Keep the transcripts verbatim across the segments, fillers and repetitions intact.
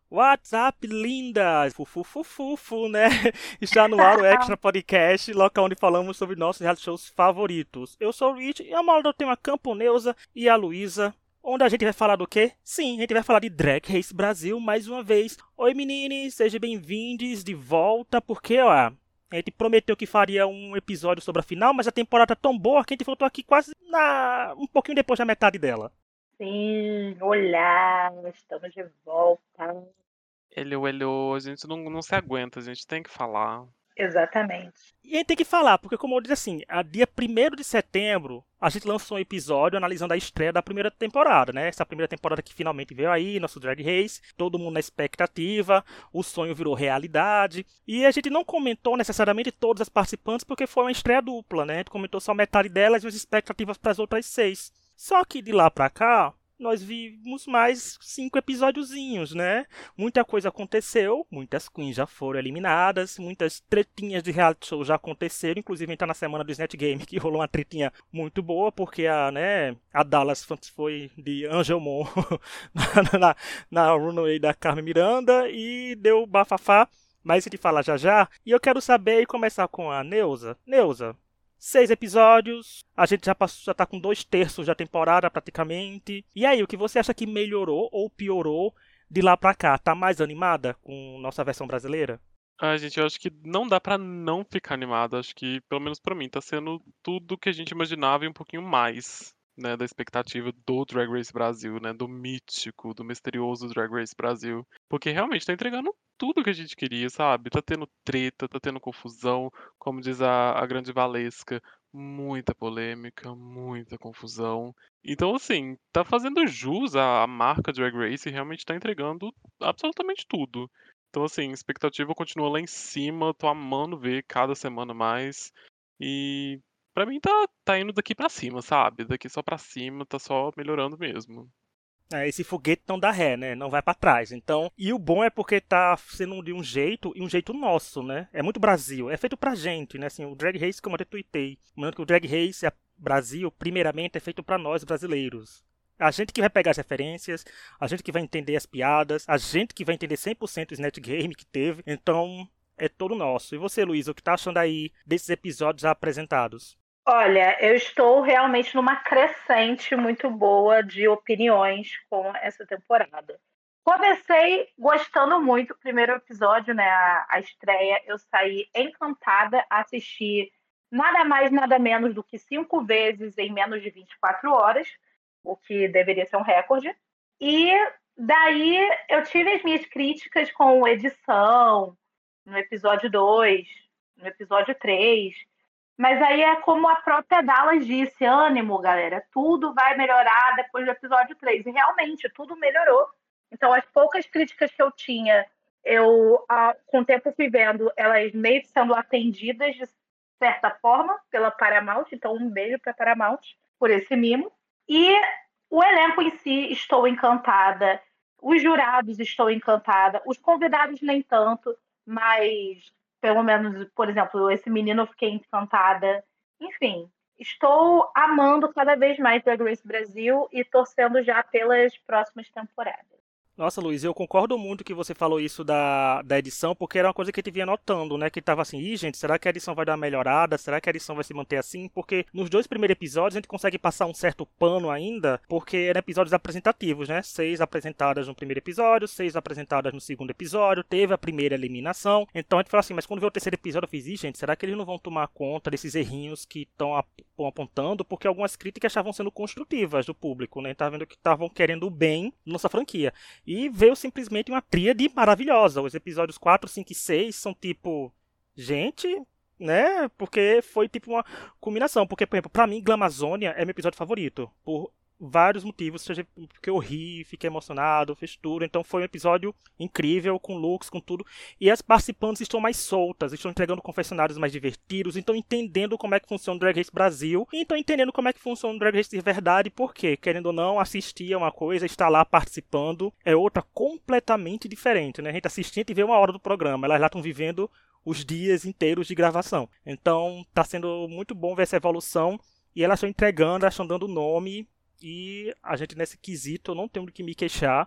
WhatsApp, lindas! Fufufufufu, né? Está no ar o Extra Podcast, local onde falamos sobre nossos reality shows favoritos. Eu sou o Rich e a moda tem a Camponeusa e a Luísa. Onde a gente vai falar do quê? Sim, a gente vai falar de Drag Race Brasil mais uma vez. Oi meninos, sejam bem-vindos de volta, porque ó, a gente prometeu que faria um episódio sobre a final, mas a temporada tá tão boa que a gente voltou aqui quase na um pouquinho depois da metade dela. Sim, olá, estamos de volta. Elô, elô, a gente não, não se aguenta, a gente tem que falar. Exatamente. E a gente tem que falar, porque como eu disse assim, a dia primeiro de setembro, a gente lançou um episódio analisando a estreia da primeira temporada, né? Essa primeira temporada que finalmente veio aí, nosso Drag Race, todo mundo na expectativa, o sonho virou realidade. E a gente não comentou necessariamente todas as participantes, porque foi uma estreia dupla, né? A gente comentou só metade delas e as expectativas para as outras seis. Só que de lá pra cá, nós vimos mais cinco episódiozinhos, né? Muita coisa aconteceu, muitas queens já foram eliminadas, muitas tretinhas de reality show já aconteceram, inclusive a gente tá na semana do Snatch Game, que rolou uma tretinha muito boa, porque a, né, a Dallas foi de Angelmon na, na, na runway da Carmen Miranda e deu bafafá, mas a gente fala já já. E eu quero saber e começar com a Neuza. Neuza, seis episódios, a gente já, passou, já tá com dois terços da temporada praticamente. E aí, o que você acha que melhorou ou piorou de lá pra cá? Tá mais animada com nossa versão brasileira? Ah, gente, eu acho que não dá pra não ficar animado. Acho que, pelo menos pra mim, tá sendo tudo que a gente imaginava e um pouquinho mais, né, da expectativa do Drag Race Brasil, né, do mítico, do misterioso Drag Race Brasil. Porque realmente tá entregando tudo que a gente queria, sabe? Tá tendo treta, tá tendo confusão, como diz a, a grande Valesca, muita polêmica, muita confusão. Então, assim, tá fazendo jus à, à marca Drag Race e realmente tá entregando absolutamente tudo. Então, assim, expectativa continua lá em cima, tô amando ver cada semana mais. E pra mim tá, tá indo daqui pra cima, sabe? Daqui só pra cima, tá só melhorando mesmo. É, esse foguete não dá ré, né? Não vai pra trás. Então, e o bom é porque tá sendo de um jeito e um jeito nosso, né? É muito Brasil, é feito pra gente, né? Assim, o Drag Race, como eu até tuitei, lembrando que o Drag Race é Brasil, primeiramente, é feito pra nós brasileiros. A gente que vai pegar as referências, a gente que vai entender as piadas, a gente que vai entender cem por cento o Snatch Game que teve. Então, é todo nosso. E você, Luiz, o que tá achando aí desses episódios já apresentados? Olha, eu estou realmente numa crescente muito boa de opiniões com essa temporada. Comecei gostando muito do primeiro episódio, né? A, a estreia, eu saí encantada, assisti nada mais, nada menos do que cinco vezes em menos de vinte e quatro horas, o que deveria ser um recorde. E daí eu tive as minhas críticas com edição, no episódio dois, no episódio três. Mas aí é como a própria Dallas disse, ânimo, galera, tudo vai melhorar depois do episódio três. E realmente, tudo melhorou. Então, as poucas críticas que eu tinha, eu, com o tempo fui vendo elas meio que sendo atendidas de certa forma pela Paramount. Então, um beijo para Paramount por esse mimo. E o elenco em si, estou encantada. Os jurados, estou encantada. Os convidados, nem tanto. Mas pelo menos, por exemplo, esse menino eu fiquei encantada. Enfim, estou amando cada vez mais Drag Race Brasil e torcendo já pelas próximas temporadas. Nossa, Luiz, eu concordo muito que você falou isso da, da edição, porque era uma coisa que a gente vinha notando, né? Que tava assim, ih, gente, será que a edição vai dar uma melhorada? Será que a edição vai se manter assim? Porque nos dois primeiros episódios a gente consegue passar um certo pano ainda, porque eram episódios apresentativos, né? Seis apresentadas no primeiro episódio, seis apresentadas no segundo episódio, teve a primeira eliminação. Então a gente falou assim, mas quando veio o terceiro episódio eu fiz, ih, gente, será que eles não vão tomar conta desses errinhos que estão apontando? Porque algumas críticas estavam sendo construtivas do público, né? Tava vendo que estavam querendo o bem da nossa franquia. E veio simplesmente uma tríade maravilhosa. Os episódios quatro, cinco e seis são tipo. Gente, né? Porque foi tipo uma combinação. Porque, por exemplo, pra mim, Glamazônia é meu episódio favorito. Por vários motivos. Seja porque eu ri, fiquei emocionado, fez tudo. Então foi um episódio incrível, com looks, com tudo. E as participantes estão mais soltas, estão entregando confessionários mais divertidos, estão entendendo como é que funciona o Drag Race Brasil. E estão entendendo como é que funciona o Drag Race de verdade. Porque, querendo ou não, assistir é uma coisa, estar lá participando é outra completamente diferente, né? A gente assiste e vê uma hora do programa. Elas lá estão vivendo os dias inteiros de gravação. Então tá sendo muito bom ver essa evolução. E elas estão entregando, elas estão dando nome. E a gente nesse quesito eu não tenho do que me queixar,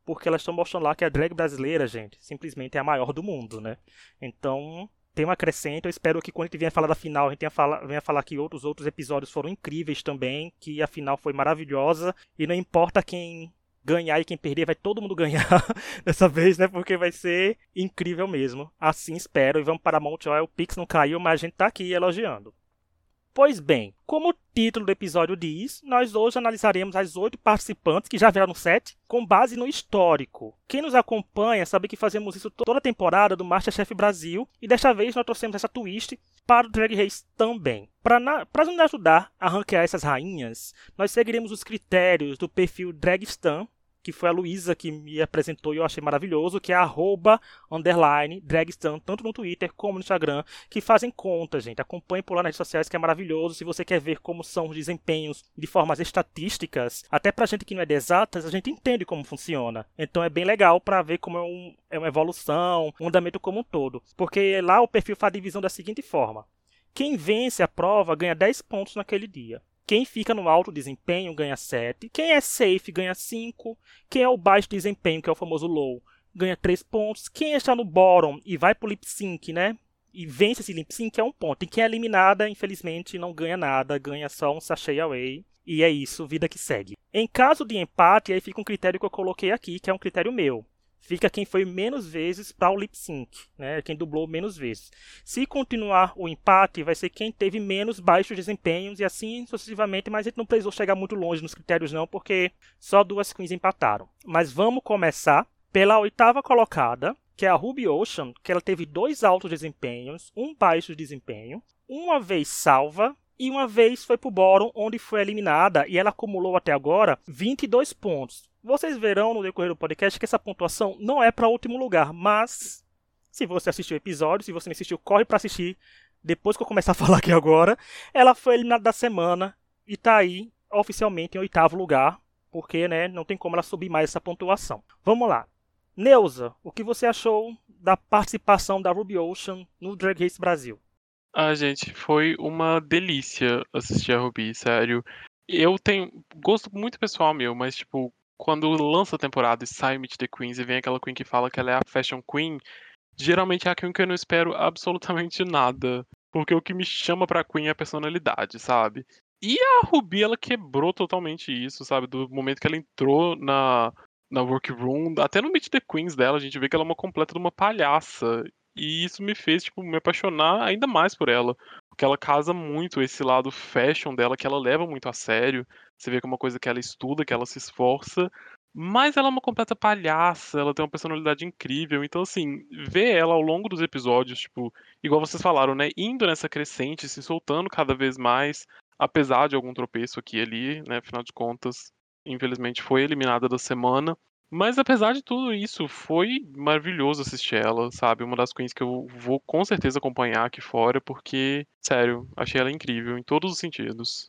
porque elas estão mostrando lá que a drag brasileira, gente, simplesmente é a maior do mundo, né? Então, tem uma crescente. Eu espero que quando a gente venha falar da final, a gente venha falar, venha falar que outros, outros episódios foram incríveis também, que a final foi maravilhosa, e não importa quem ganhar e quem perder, vai todo mundo ganhar dessa vez, né? Porque vai ser incrível mesmo. Assim espero. E vamos para a Monte. O Pix não caiu, mas a gente tá aqui elogiando. Pois bem, como o título do episódio diz, nós hoje analisaremos as oito participantes, que já viraram sete, com base no histórico. Quem nos acompanha sabe que fazemos isso toda a temporada do MasterChef Brasil, e desta vez nós trouxemos essa twist para o Drag Race também. Para nos ajudar a ranquear essas rainhas, nós seguiremos os critérios do perfil Dragstan, que foi a Luísa que me apresentou e eu achei maravilhoso, que é arroba, underline, Dragstan, tanto no Twitter como no Instagram, que fazem conta, gente. Acompanhe por lá nas redes sociais, que é maravilhoso. Se você quer ver como são os desempenhos de formas estatísticas, até pra gente que não é de exatas, a gente entende como funciona. Então é bem legal pra ver como é, um, é uma evolução, um andamento como um todo. Porque lá o perfil faz a divisão da seguinte forma. Quem vence a prova ganha dez pontos naquele dia. Quem fica no alto desempenho ganha sete. Quem é safe ganha cinco. Quem é o baixo desempenho, que é o famoso low, ganha três pontos. Quem está no bottom e vai pro lip sync, né? E vence esse lip sync é um ponto. E quem é eliminada, infelizmente, não ganha nada. Ganha só um sachê away. E é isso, vida que segue. Em caso de empate, aí fica um critério que eu coloquei aqui, que é um critério meu. Fica quem foi menos vezes para o lip sync, né? Quem dublou menos vezes. Se continuar o empate, vai ser quem teve menos baixos desempenhos e assim sucessivamente, mas a gente não precisou chegar muito longe nos critérios não, porque só duas queens empataram. Mas vamos começar pela oitava colocada, que é a Ruby Ocean, que ela teve dois altos desempenhos, um baixo desempenho, uma vez salva e uma vez foi pro bottom, onde foi eliminada, e ela acumulou até agora vinte e dois pontos. Vocês verão no decorrer do podcast que essa pontuação não é para o último lugar, mas se você assistiu o episódio, se você não assistiu, corre para assistir depois que eu começar a falar aqui agora. Ela foi eliminada da semana e está aí oficialmente em oitavo lugar, porque né, não tem como ela subir mais essa pontuação. Vamos lá. Neuza, o que você achou da participação da Ruby Ocean no Drag Race Brasil? Ah, gente, foi uma delícia assistir a Ruby, sério. Eu tenho gosto muito pessoal meu, mas tipo, quando lança a temporada e sai Meet the Queens e vem aquela Queen que fala que ela é a Fashion Queen, geralmente é a Queen que eu não espero absolutamente nada. Porque o que me chama pra Queen é a personalidade, sabe? E a Ruby, ela quebrou totalmente isso, sabe? Do momento que ela entrou na, na workroom, até no Meet the Queens dela, a gente vê que ela é uma completa de uma palhaça. E isso me fez, tipo, me apaixonar ainda mais por ela. Porque ela casa muito esse lado fashion dela, que ela leva muito a sério. Você vê que é uma coisa que ela estuda, que ela se esforça. Mas ela é uma completa palhaça, ela tem uma personalidade incrível. Então, assim, ver ela ao longo dos episódios, tipo, igual vocês falaram, né? Indo nessa crescente, se soltando cada vez mais, apesar de algum tropeço aqui e ali, né? Afinal de contas, infelizmente foi eliminada da semana. Mas apesar de tudo isso, foi maravilhoso assistir ela, sabe? Uma das queens que eu vou com certeza acompanhar aqui fora, porque, sério, achei ela incrível em todos os sentidos.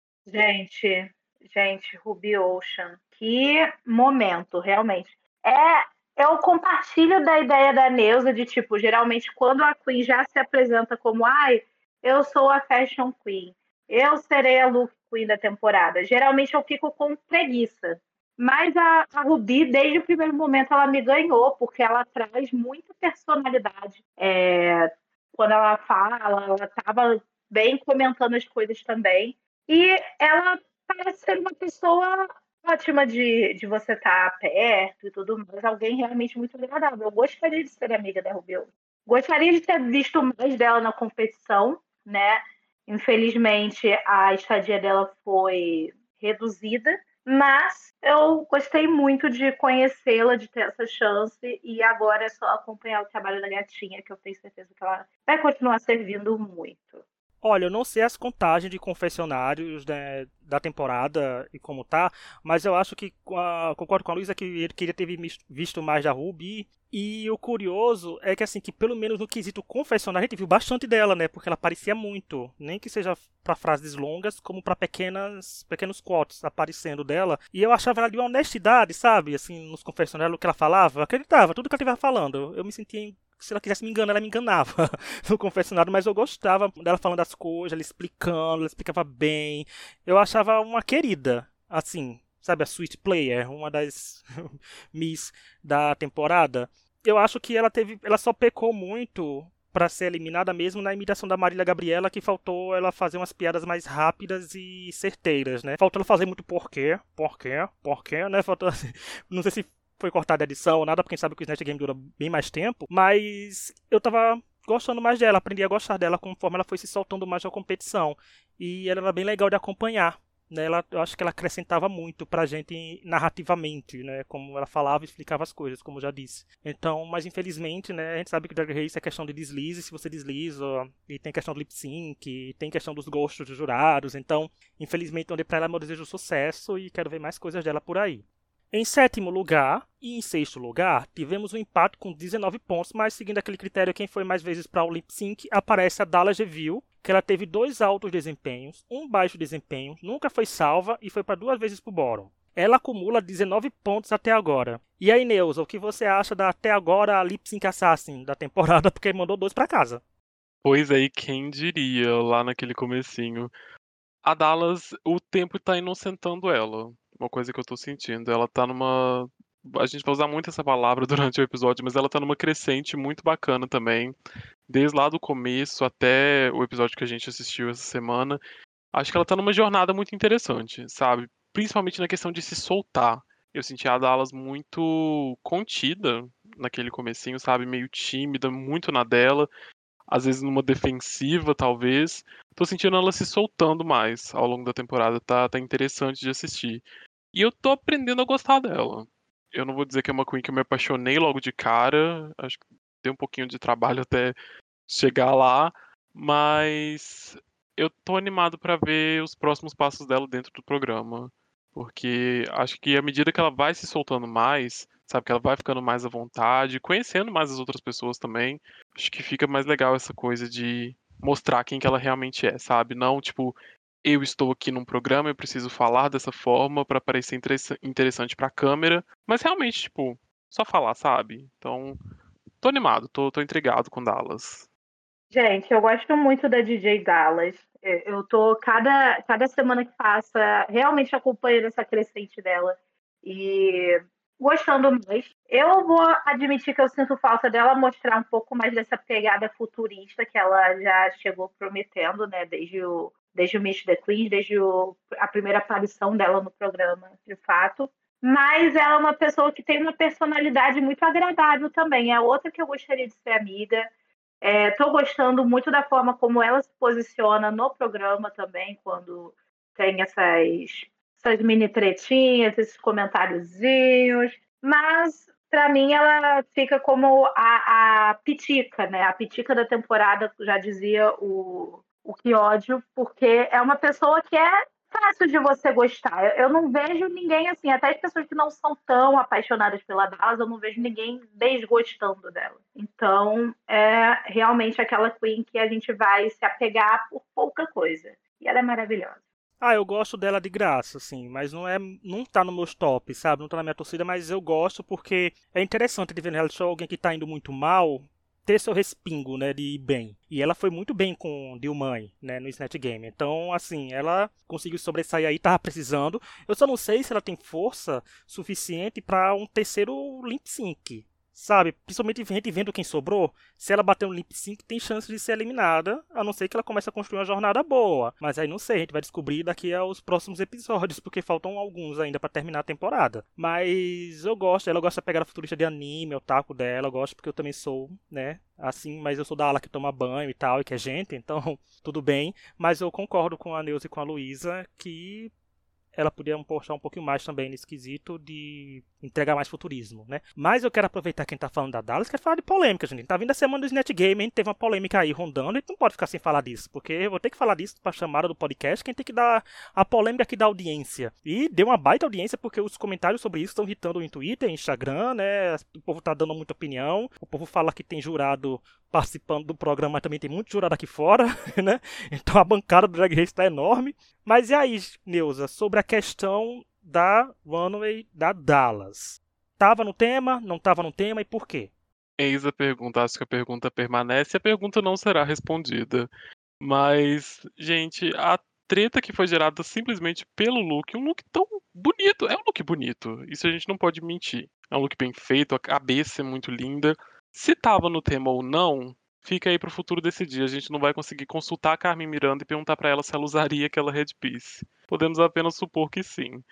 Gente, gente, Ruby Ocean, que momento, realmente. É, eu compartilho da ideia da Neuza de, tipo, geralmente quando a Queen já se apresenta como, ai, eu sou a Fashion Queen, eu serei a Look Queen da temporada. Geralmente eu fico com preguiça. Mas a, a Ruby, desde o primeiro momento, ela me ganhou, porque ela traz muita personalidade. É, quando ela fala, ela estava bem comentando as coisas também. E ela parece ser uma pessoa ótima de, de você estar perto e tudo mais. Alguém realmente muito agradável. Eu gostaria de ser amiga da Ruby. Gostaria de ter visto mais dela na competição, né? Infelizmente, a estadia dela foi reduzida. Mas eu gostei muito de conhecê-la, de ter essa chance, e agora é só acompanhar o trabalho da gatinha, que eu tenho certeza que ela vai continuar servindo muito. Olha, eu não sei as contagens de confessionários, né, da temporada e como tá, mas eu acho que uh, concordo com a Luísa que ele queria ter visto mais da Ruby. E o curioso é que, assim, que pelo menos no quesito confessionário a gente viu bastante dela, né? Porque ela aparecia muito. Nem que seja pra frases longas, como pra pequenas, pequenos quotes aparecendo dela. E eu achava ela de uma honestidade, sabe? Assim, nos confessionários, o que ela falava, eu acreditava, tudo que ela estivesse falando. Eu me sentia, se ela quisesse me enganar, ela me enganava no confessionário. Mas eu gostava dela falando das coisas, ela explicando, ela explicava bem. Eu achava uma querida, assim. sabe, a Sweet Player, uma das Miss da temporada. Eu acho que ela teve, ela só pecou muito pra ser eliminada mesmo na imitação da Marília Gabriela, que faltou ela fazer umas piadas mais rápidas e certeiras, né? Faltou ela fazer muito porquê, porquê, porquê, né? Faltou assim, não sei se foi cortada a edição ou nada, porque quem sabe que o Snatch Game dura bem mais tempo, mas eu tava gostando mais dela, aprendi a gostar dela conforme ela foi se soltando mais na competição. E ela era bem legal de acompanhar. Né, ela, eu acho que ela acrescentava muito pra gente narrativamente, né? Como ela falava e explicava as coisas, como eu já disse. Então, mas infelizmente, né? A gente sabe que Drag Race é questão de deslize, se você desliza, e tem questão do lip sync, e tem questão dos gostos dos jurados. Então, infelizmente, eu dei pra ela meu desejo de sucesso e quero ver mais coisas dela por aí. Em sétimo lugar e em sexto lugar, tivemos um empate com dezenove pontos, mas seguindo aquele critério quem foi mais vezes para o lip sync, aparece a Dallas Deville, que ela teve dois altos desempenhos, um baixo desempenho, nunca foi salva e foi para duas vezes para o bottom. Ela acumula dezenove pontos até agora. E aí, Neuza, o que você acha da até agora a Lip Sync Assassin da temporada, porque mandou dois para casa? Pois aí, quem diria lá naquele comecinho. A Dallas, o tempo tá inocentando ela. Uma coisa que eu tô sentindo. Ela tá numa. A gente vai usar muito essa palavra durante o episódio, mas ela tá numa crescente muito bacana também. Desde lá do começo até o episódio que a gente assistiu essa semana. Acho que ela tá numa jornada muito interessante, sabe? Principalmente na questão de se soltar. Eu senti a Dallas muito contida naquele comecinho, sabe? Meio tímida, muito na dela. Às vezes numa defensiva, talvez. Tô sentindo ela se soltando mais ao longo da temporada. Tá, tá interessante de assistir. E eu tô aprendendo a gostar dela. Eu não vou dizer que é uma Queen que eu me apaixonei logo de cara. Acho que tem um pouquinho de trabalho até chegar lá. Mas eu tô animado pra ver os próximos passos dela dentro do programa. Porque acho que à medida que ela vai se soltando mais, sabe, que ela vai ficando mais à vontade, conhecendo mais as outras pessoas também, acho que fica mais legal essa coisa de mostrar quem que ela realmente é, sabe? Não, tipo, eu estou aqui num programa, eu preciso falar dessa forma pra parecer interessa- interessante pra câmera, mas realmente, tipo, só falar, sabe? Então, tô animado, tô, tô intrigado com Dallas. Gente, eu gosto muito da D J Dallas. É, Eu tô cada, cada semana que passa realmente acompanhando essa crescente dela e gostando mais. Eu vou admitir que eu sinto falta dela mostrar um pouco mais dessa pegada futurista que ela já chegou prometendo, né? Desde o, desde o Meet the Queens, desde o, a primeira aparição dela no programa, de fato. Mas ela é uma pessoa que tem uma personalidade muito agradável também. É outra que eu gostaria de ser amiga. Estou é, gostando muito da forma como ela se posiciona no programa também, quando tem essas, essas mini tretinhas, esses comentáriozinhos. Mas, para mim, ela fica como a, a pitica, né? A pitica da temporada, já dizia o, o Que Ódio, porque é uma pessoa que é fácil de você gostar. Eu, eu não vejo ninguém assim, até as pessoas que não são tão apaixonadas pela Dallas, eu não vejo ninguém desgostando dela. Então, é realmente aquela Queen que a gente vai se apegar por pouca coisa. E ela é maravilhosa. Ah, eu gosto dela de graça, assim, mas não é, não tá no meus top, sabe? Não tá na minha torcida, mas eu gosto porque é interessante de ver no reality show alguém que tá indo muito mal ter seu respingo, né, de ir bem. E ela foi muito bem com Dilmãe, né, no Snatch Game. Então, assim, ela conseguiu sobressair aí, tava precisando. Eu só não sei se ela tem força suficiente pra um terceiro lip sync. Sabe, principalmente a gente vendo quem sobrou, se ela bater um lip sync, tem chance de ser eliminada, a não ser que ela comece a construir uma jornada boa. Mas aí não sei, a gente vai descobrir daqui aos próximos episódios, porque faltam alguns ainda pra terminar a temporada. Mas eu gosto, ela gosta da pegada futurista de anime, o taco dela, eu gosto porque eu também sou, né, assim, mas eu sou da ala que toma banho e tal, e que é gente, então tudo bem. Mas eu concordo com a Neuza e com a Luísa que ela podia postar um pouquinho mais também nesse quesito de entregar mais futurismo, né? Mas eu quero aproveitar quem tá falando da Dallas, quero falar de polêmica, gente. Tá vindo a semana do Snatch Game, a gente teve uma polêmica aí rondando, e não pode ficar sem falar disso, porque eu vou ter que falar disso pra chamada do podcast, quem tem que dar a polêmica aqui da audiência. E deu uma baita audiência, porque os comentários sobre isso estão irritando em Twitter, em Instagram, né? O povo tá dando muita opinião, o povo fala que tem jurado participando do programa, mas também tem muito jurado aqui fora, né? Então a bancada do Drag Race tá enorme. Mas e aí, Neuza, sobre a questão da runway da Dallas? Tava no tema, não tava no tema e por quê? Eis a pergunta, acho que a pergunta permanece e a pergunta não será respondida. Mas, gente, a treta que foi gerada simplesmente pelo look, um look tão bonito, é um look bonito, isso a gente não pode mentir. É um look bem feito, a cabeça é muito linda. Se tava no tema ou não, fica aí pro futuro decidir. A gente não vai conseguir consultar a Carmen Miranda e perguntar pra ela se ela usaria aquela headpiece. Podemos apenas supor que sim.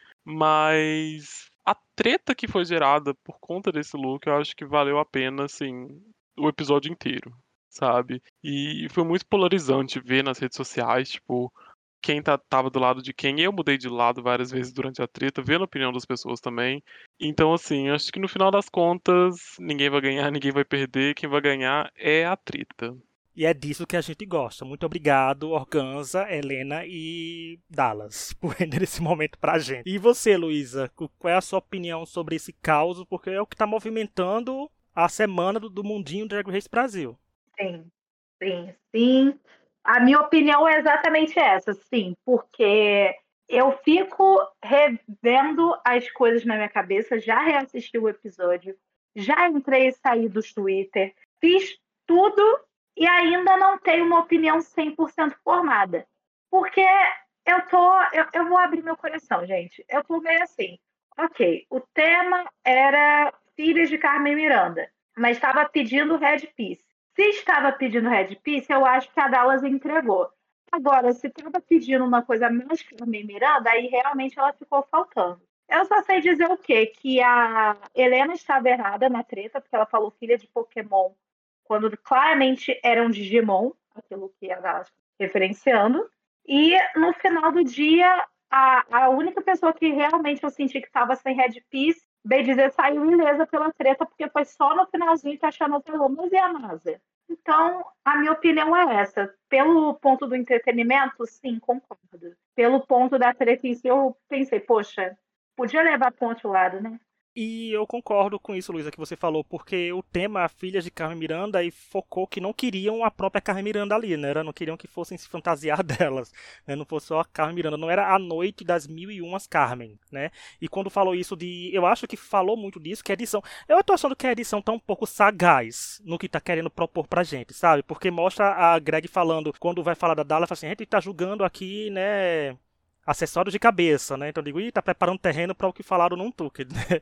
Mas a treta que foi gerada por conta desse look, eu acho que valeu a pena, assim, o episódio inteiro, sabe? E foi muito polarizante ver nas redes sociais, tipo, quem tá, tava do lado de quem. Eu mudei de lado várias vezes durante a treta, vendo a opinião das pessoas também. Então, assim, acho que no final das contas, ninguém vai ganhar, ninguém vai perder. Quem vai ganhar é a treta. E é disso que a gente gosta. Muito obrigado, Organza, Helena e Dallas, por render esse momento pra gente. E você, Luísa, qual é a sua opinião sobre esse caos? Porque é o que tá movimentando a semana do, do Mundinho Drag Race Brasil. Sim, sim, sim. A minha opinião é exatamente essa, sim, porque eu fico revendo as coisas na minha cabeça, já reassisti o episódio, já entrei e saí do Twitter, fiz tudo e ainda não tenho uma opinião cem por cento formada. Porque eu tô. Eu, eu vou abrir meu coração, gente. Eu tô meio assim. Ok, o tema era Filhas de Carmen Miranda, mas estava pedindo Red Piece. Se estava pedindo Red Piece, eu acho que a Dallas entregou. Agora, se estava pedindo uma coisa mais que Carmen Miranda, aí realmente ela ficou faltando. Eu só sei dizer o quê? Que a Helena estava errada na treta, porque ela falou filha de Pokémon, quando claramente era um Digimon, aquilo que a Dallas referenciando. E no final do dia, a, a única pessoa que realmente eu senti que estava sem Red Piece, bem dizer, saiu ilesa pela treta, porque foi só no finalzinho que a Chanel falou, mas e a NASA? Então, a minha opinião é essa. Pelo ponto do entretenimento, sim, concordo. Pelo ponto da treta em si, eu pensei, poxa, podia levar para o outro lado, né? E eu concordo com isso, Luísa, que você falou, porque o tema Filhas de Carmen Miranda aí focou que não queriam a própria Carmen Miranda ali, né? Não queriam que fossem se fantasiar delas, né? Não fosse só a Carmen Miranda, não era a noite das mil e umas Carmen, né? E quando falou isso de... Eu acho que falou muito disso, que a edição... Eu tô achando que a edição tá um pouco sagaz no que tá querendo propor pra gente, sabe? Porque mostra a Greg falando, quando vai falar da Dallas, fala assim, a gente tá julgando aqui, né... acessórios de cabeça, né? Então eu digo, ih, tá preparando terreno para o que falaram num Tuque, né?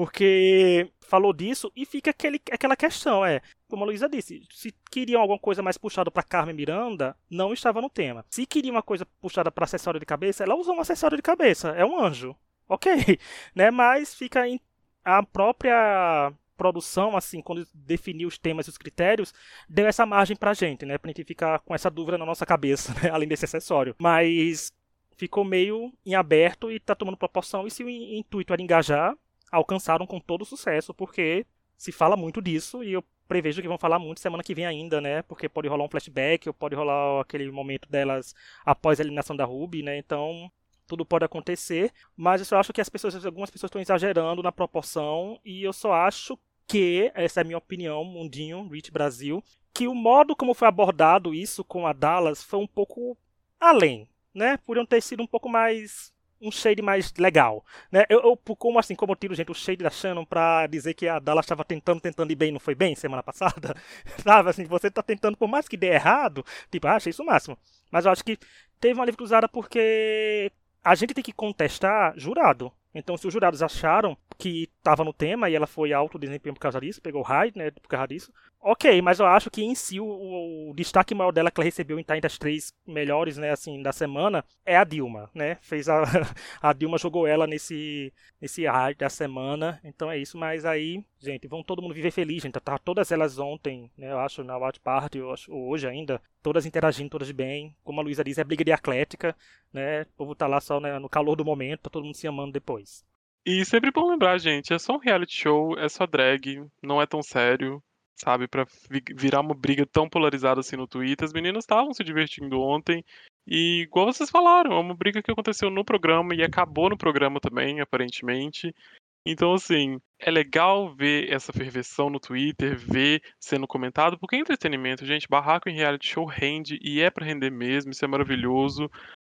Porque falou disso e fica aquele, aquela questão, é, como a Luísa disse, se queriam alguma coisa mais puxada para Carmen Miranda, não estava no tema. Se queria uma coisa puxada para acessório de cabeça, ela usou um acessório de cabeça, é um anjo, ok, né? Mas fica em a própria produção, assim, quando definiu os temas e os critérios, deu essa margem pra gente, né? Pra gente ficar com essa dúvida na nossa cabeça, né? Além desse acessório. Mas ficou meio em aberto e tá tomando proporção. E se o intuito era engajar, alcançaram com todo sucesso, porque se fala muito disso e eu prevejo que vão falar muito semana que vem ainda, né? Porque pode rolar um flashback, ou pode rolar aquele momento delas após a eliminação da Ruby, né? Então, tudo pode acontecer. Mas eu só acho que as pessoas, algumas pessoas estão exagerando na proporção e eu só acho que, essa é a minha opinião, Mundinho, Rich Brasil, que o modo como foi abordado isso com a Dallas foi um pouco além, né? Podiam ter sido um pouco mais... um shade mais legal, né? Eu, eu como assim, como eu tiro, gente, o shade da Shannon pra dizer que a Dallas estava tentando, tentando ir bem, não foi bem semana passada, sabe? Assim, você tá tentando, por mais que dê errado, tipo, ah, achei isso o máximo. Mas eu acho que teve uma livre cruzada porque a gente tem que contestar jurado. Então, se os jurados acharam que estava no tema e ela foi alto desempenho por causa disso, pegou high, né, por causa disso, ok, mas eu acho que em si o, o destaque maior dela que ela recebeu em estar entre as três melhores, né, assim, da semana, é a Dilma, né, fez a, a Dilma jogou ela nesse, nesse high da semana, então é isso, mas aí, gente, vão todo mundo viver feliz, gente, tava todas elas ontem, né, eu acho, na Watch Party, eu acho, hoje ainda, todas interagindo, todas bem, como a Luísa diz, é briga de atlética, né, o povo tá lá só, né, no calor do momento, tá todo mundo se amando depois. E sempre bom lembrar, gente, é só um reality show, é só drag, não é tão sério, sabe? Pra virar uma briga tão polarizada assim no Twitter. As meninas estavam se divertindo ontem e, igual vocês falaram, é uma briga que aconteceu no programa e acabou no programa também, aparentemente. Então, assim, é legal ver essa ferveção no Twitter, ver sendo comentado, porque é entretenimento, gente. Barraco em reality show rende e é pra render mesmo, isso é maravilhoso.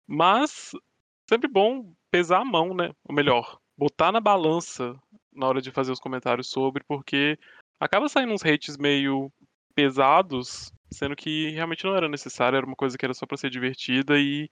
Mas sempre bom pesar a mão, né? Ou melhor, botar na balança na hora de fazer os comentários sobre, porque acaba saindo uns hates meio pesados, sendo que realmente não era necessário, era uma coisa que era só pra ser divertida e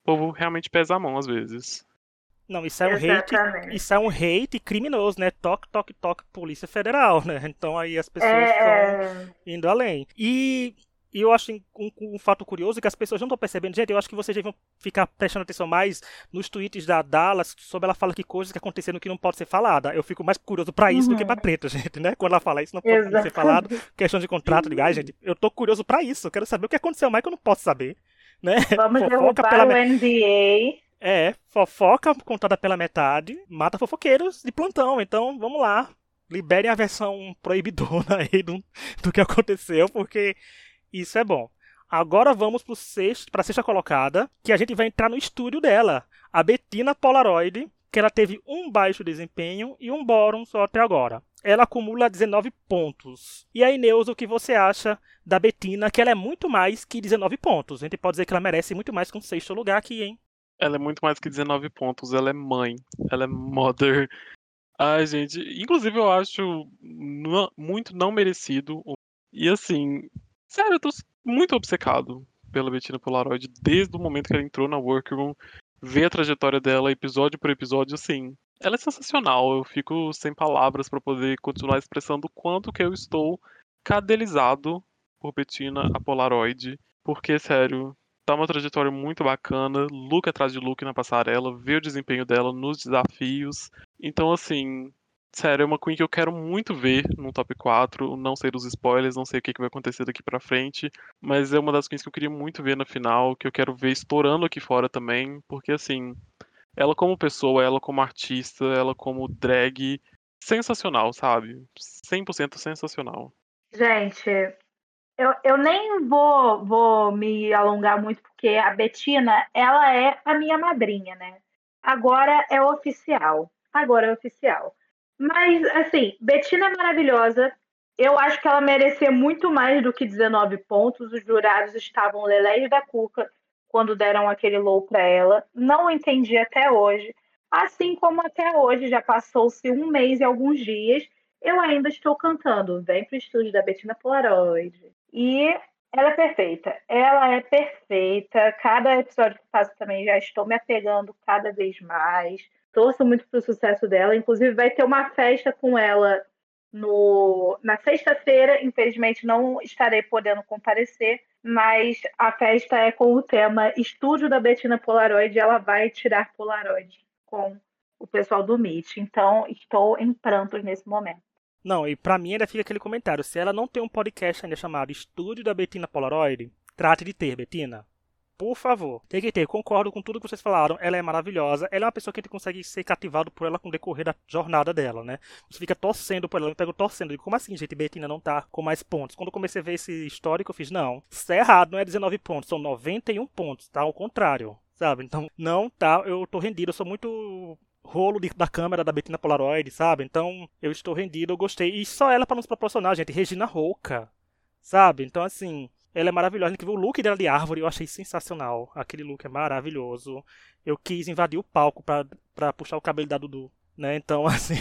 povo realmente pesa a mão às vezes. Não, isso é um hate, Exatamente. isso é um hate criminoso, né? Toque, toque, toque, Polícia Federal, né? Então aí as pessoas estão É, indo além. E, e eu acho um, um fato curioso que as pessoas não estão percebendo. Gente, eu acho que vocês deviam ficar prestando atenção mais nos tweets da Dallas, sobre ela fala que coisas que aconteceram que não pode ser falada. Eu fico mais curioso pra isso do que pra uhum, treta, gente, né? Quando ela fala isso não pode ser falado, exatamente. questão de contrato, eu digo, ai, gente, eu tô curioso pra isso, eu quero saber o que aconteceu mais que eu não posso saber, né? Vamos Fofoca derrubar pela o N B é, fofoca contada pela metade, mata fofoqueiros de plantão. Então, vamos lá. Liberem a versão proibidona aí do, do que aconteceu, porque isso é bom. Agora vamos para sexto, a sexta colocada, que a gente vai entrar no estúdio dela. A Bettina Polaroid, que ela teve um baixo desempenho e um bórum só até agora. Ela acumula dezenove pontos. E aí, Neuza, o que você acha da Bettina, que ela é muito mais que dezenove pontos? A gente pode dizer que ela merece muito mais que um sexto lugar aqui, hein? Ela é muito mais que dezenove pontos, ela é mãe, ela é mother. Ai, gente, inclusive eu acho não- muito não merecido. E assim, sério, eu tô muito obcecado pela Bettina Polaroid desde o momento que ela entrou na Workroom, ver a trajetória dela episódio por episódio, assim. Ela é sensacional, eu fico sem palavras pra poder continuar expressando o quanto que eu estou cadelizado por Bettina a Polaroid, porque, sério, tá uma trajetória muito bacana, look atrás de look na passarela, ver o desempenho dela nos desafios. Então, assim, sério, é uma Queen que eu quero muito ver no top quatro. Não sei dos spoilers, não sei o que que vai acontecer daqui pra frente, mas é uma das Queens que eu queria muito ver na final, que eu quero ver estourando aqui fora também, porque, assim, ela como pessoa, ela como artista, ela como drag, sensacional, sabe? cem por cento sensacional. Gente, eu, eu nem vou, vou me alongar muito, porque a Betina, ela é a minha madrinha, né? Agora é oficial. Agora é oficial. Mas, assim, Betina é maravilhosa. Eu acho que ela merecia muito mais do que dezenove pontos. Os jurados estavam lelés da cuca quando deram aquele low para ela. Não entendi até hoje. Assim como até hoje, já passou-se um mês e alguns dias, eu ainda estou cantando. Vem pro estúdio da Bettina Polaroid. E ela é perfeita. Ela é perfeita. Cada episódio que passa também já estou me apegando cada vez mais. Torço muito pro sucesso dela. Inclusive, vai ter uma festa com ela no, na sexta-feira. Infelizmente, não estarei podendo comparecer, mas a festa é com o tema Estúdio da Bettina Polaroid. Ela vai tirar Polaroid com o pessoal do Meet. Então, estou em prantos nesse momento. Não, e pra mim ainda fica aquele comentário. Se ela não tem um podcast ainda chamado Estúdio da Bettina Polaroid, trate de ter, Bettina. Por favor. Tem que ter. Concordo com tudo que vocês falaram. Ela é maravilhosa. Ela é uma pessoa que a gente consegue ser cativado por ela com o decorrer da jornada dela, né? Você fica torcendo por ela. Eu pego torcendo. Eu digo, como assim, gente? Bettina não tá com mais pontos. Quando eu comecei a ver esse histórico, eu fiz, não. Isso é errado. Não é dezenove pontos. São noventa e um pontos. Tá ao contrário. Sabe? Então, não tá. Eu tô rendido. Eu sou muito rolo de, da câmera da Bettina Polaroid, sabe? Então, eu estou rendido, eu gostei. E só ela pra nos proporcionar, gente. Regina Roca, sabe? Então, assim, ela é maravilhosa. O look dela de árvore eu achei sensacional. Aquele look é maravilhoso. Eu quis invadir o palco pra, pra puxar o cabelo da Dudu, né? Então, assim,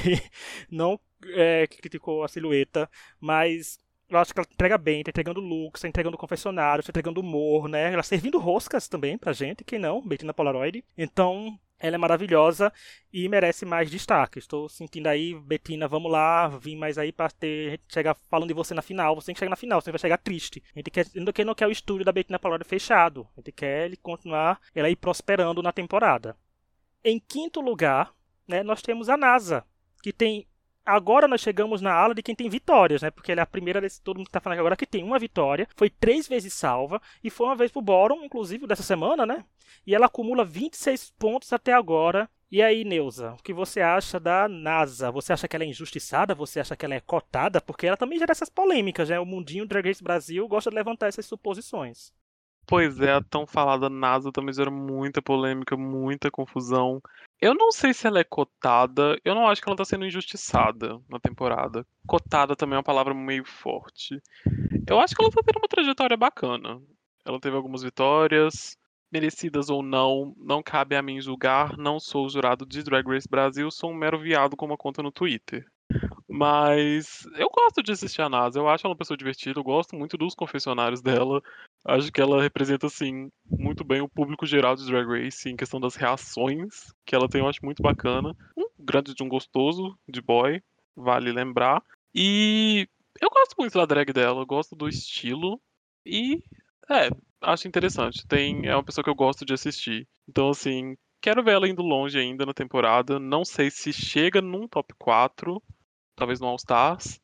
não é, criticou a silhueta, mas eu acho que ela entrega bem, tá entregando looks, tá entregando confessionários, tá entregando humor, né? Ela servindo roscas também pra gente, quem não? Bettina Polaroid. Então, ela é maravilhosa e merece mais destaque. Estou sentindo aí, Bettina, vamos lá, vim mais aí para ter chegar falando de você na final. Você tem que chegar na final, você vai chegar triste. A gente quer, ainda não quer o estúdio da Bettina Polaroid fechado. A gente quer ele continuar, ela ir prosperando na temporada. Em quinto lugar, né, nós temos a NASA, que tem. Agora nós chegamos na ala de quem tem vitórias, né? Porque ela é a primeira desse todo mundo que tá falando agora que tem uma vitória, foi três vezes salva e foi uma vez pro bórum, inclusive dessa semana, né? E ela acumula vinte e seis pontos até agora. E aí, Neuza, o que você acha da NASA? Você acha que ela é injustiçada? Você acha que ela é cotada? Porque ela também gera essas polêmicas, né? O mundinho Drag Race Brasil gosta de levantar essas suposições. Pois é, a tão falada NASA também gera muita polêmica, muita confusão. Eu não sei se ela é cotada, eu não acho que ela tá sendo injustiçada na temporada. Cotada também é uma palavra meio forte. Eu acho que ela tá tendo uma trajetória bacana. Ela teve algumas vitórias, merecidas ou não, não cabe a mim julgar. Não sou o jurado de Drag Race Brasil, sou um mero viado com uma conta no Twitter. Mas eu gosto de assistir a NASA, eu acho ela uma pessoa divertida, eu gosto muito dos confessionários dela. Acho que ela representa, assim, muito bem o público geral de Drag Race em questão das reações que ela tem, eu acho muito bacana. Um grande de um gostoso, de boy, vale lembrar. E eu gosto muito da drag dela, eu gosto do estilo. E, é, acho interessante. Tem, é uma pessoa que eu gosto de assistir. Então, assim, quero ver ela indo longe ainda na temporada. Não sei se chega num top quatro, talvez no All Stars.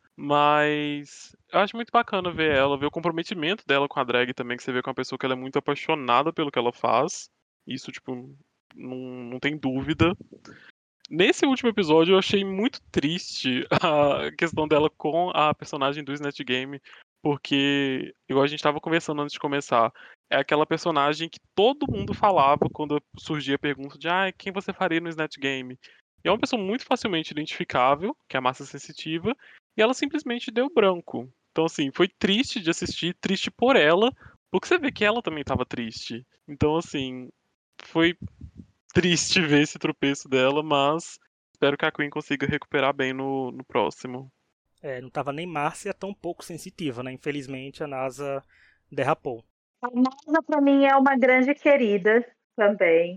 Mas eu acho muito bacana ver ela, ver o comprometimento dela com a drag também, que você vê com uma pessoa que ela é muito apaixonada pelo que ela faz. Isso, tipo, não, não tem dúvida. Nesse último episódio eu achei muito triste a questão dela com a personagem do Snatch Game, porque, igual a gente tava conversando antes de começar, é aquela personagem que todo mundo falava quando surgia a pergunta de ah, quem você faria no Snatch Game? E é uma pessoa muito facilmente identificável, que é a massa sensitiva, e ela simplesmente deu branco. Então, assim, foi triste de assistir, triste por ela, porque você vê que ela também tava triste. Então, assim, foi triste ver esse tropeço dela, mas espero que a Queen consiga recuperar bem no, no próximo. É, não tava nem Márcia tão pouco sensitiva, né? Infelizmente a NASA derrapou. A NASA, para mim, é uma grande querida também.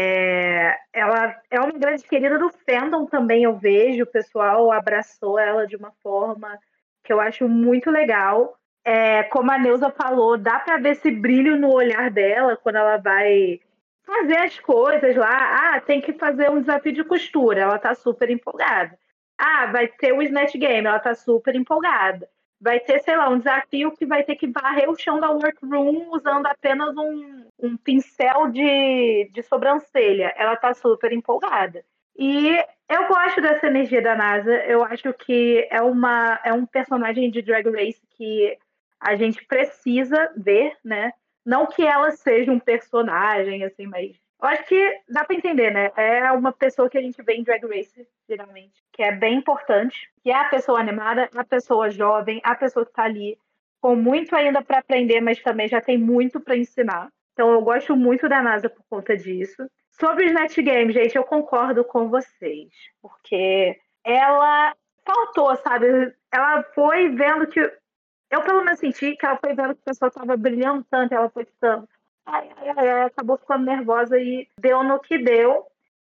É, ela é uma grande querida do fandom também, eu vejo. O pessoal abraçou ela de uma forma que eu acho muito legal. É, como a Neuza falou, dá para ver esse brilho no olhar dela quando ela vai fazer as coisas lá. Ah, tem que fazer um desafio de costura. Ela tá super empolgada. Ah, vai ter o Snatch Game. Ela tá super empolgada. Vai ter, sei lá, um desafio que vai ter que varrer o chão da workroom usando apenas um, um pincel de, de sobrancelha. Ela tá super empolgada. E eu gosto dessa energia da NASA. Eu acho que é, uma, é um personagem de Drag Race que a gente precisa ver, né? Não que ela seja um personagem, assim, mas eu acho que dá pra entender, né? É uma pessoa que a gente vê em Drag Race, geralmente, que é bem importante, que é a pessoa animada, a pessoa jovem, a pessoa que tá ali com muito ainda para aprender, mas também já tem muito para ensinar. Então eu gosto muito da NASA por conta disso. Sobre o Snatch Game, gente, eu concordo com vocês, porque ela faltou, sabe? Ela foi vendo que eu, pelo menos, senti que ela foi vendo que o pessoal estava brilhando tanto, ela foi ficando. Ai, ai, ai, ai, acabou ficando nervosa e deu no que deu.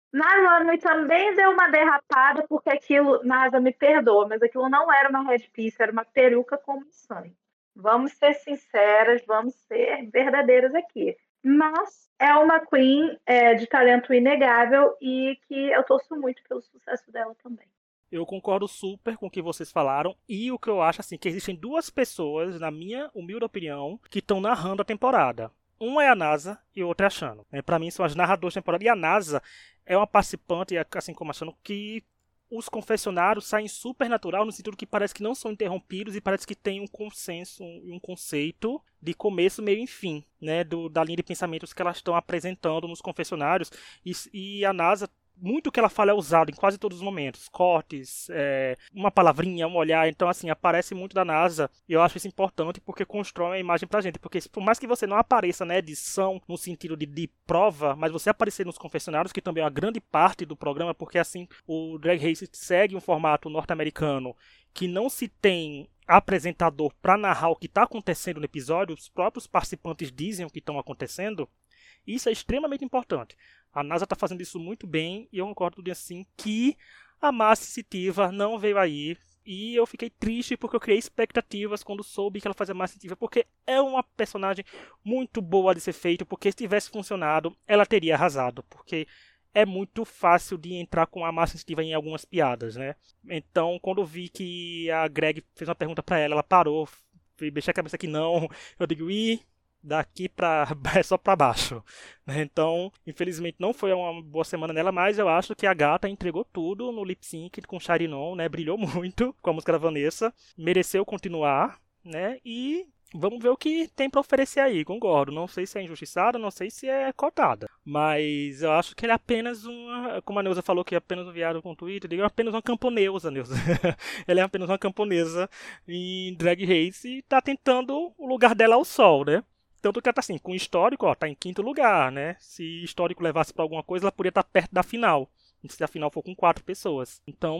Na Runway também deu uma derrapada, porque aquilo, NASA me perdoa, mas aquilo não era uma headpiece, era uma peruca com sangue. Vamos ser sinceras, vamos ser verdadeiras aqui. Mas é uma Queen é, de talento inegável e que eu torço muito pelo sucesso dela também. Eu concordo super com o que vocês falaram e o que eu acho assim que existem duas pessoas, na minha humilde opinião, que estão narrando a temporada. Uma é a NASA e outra é a Shannon. É, para mim são as narradoras da temporada. E a NASA é uma participante, assim como a Shannon, que os confessionários saem super natural no sentido que parece que não são interrompidos e parece que tem um consenso e um, um conceito de começo, meio e fim, né, do, da linha de pensamentos que elas estão apresentando nos confessionários. E, e a NASA, muito que ela fala é usado em quase todos os momentos. Cortes, é, uma palavrinha, um olhar. Então, assim, aparece muito da NASA. E eu acho isso importante porque constrói uma imagem pra gente. Porque por mais que você não apareça na edição, no sentido de, de prova, mas você aparecer nos confessionários, que também é uma grande parte do programa, porque assim, o Drag Race segue um formato norte-americano que não se tem apresentador para narrar o que está acontecendo no episódio, os próprios participantes dizem o que estão acontecendo. Isso é extremamente importante. A NASA está fazendo isso muito bem e eu concordo assim que a massa sensitiva não veio aí. E eu fiquei triste porque eu criei expectativas quando soube que ela fazia massa sensitiva, porque é uma personagem muito boa de ser feito, porque se tivesse funcionado, ela teria arrasado, porque é muito fácil de entrar com a massa sensitiva em algumas piadas, né? Então, quando eu vi que a Greg fez uma pergunta para ela, ela parou, deixei a cabeça que não, eu digo, ih, daqui pra é só pra baixo. Então, infelizmente não foi uma boa semana nela, mas eu acho que a gata entregou tudo no lip sync com Charinon, né? Brilhou muito com a música da Vanessa, mereceu continuar, né? E vamos ver o que tem pra oferecer aí, concordo. Não sei se é injustiçada, não sei se é cotada, mas eu acho que ele é apenas uma, como a Neuza falou que é apenas um viado com Twitter, eu digo, é apenas uma camponesa, Neuza. Ela é apenas uma camponesa em Drag Race e tá tentando o lugar dela ao sol, né? Tanto que ela tá assim, com histórico, ó, tá em quinto lugar, né? Se histórico levasse pra alguma coisa, ela poderia estar perto da final. Se a final for com quatro pessoas. Então,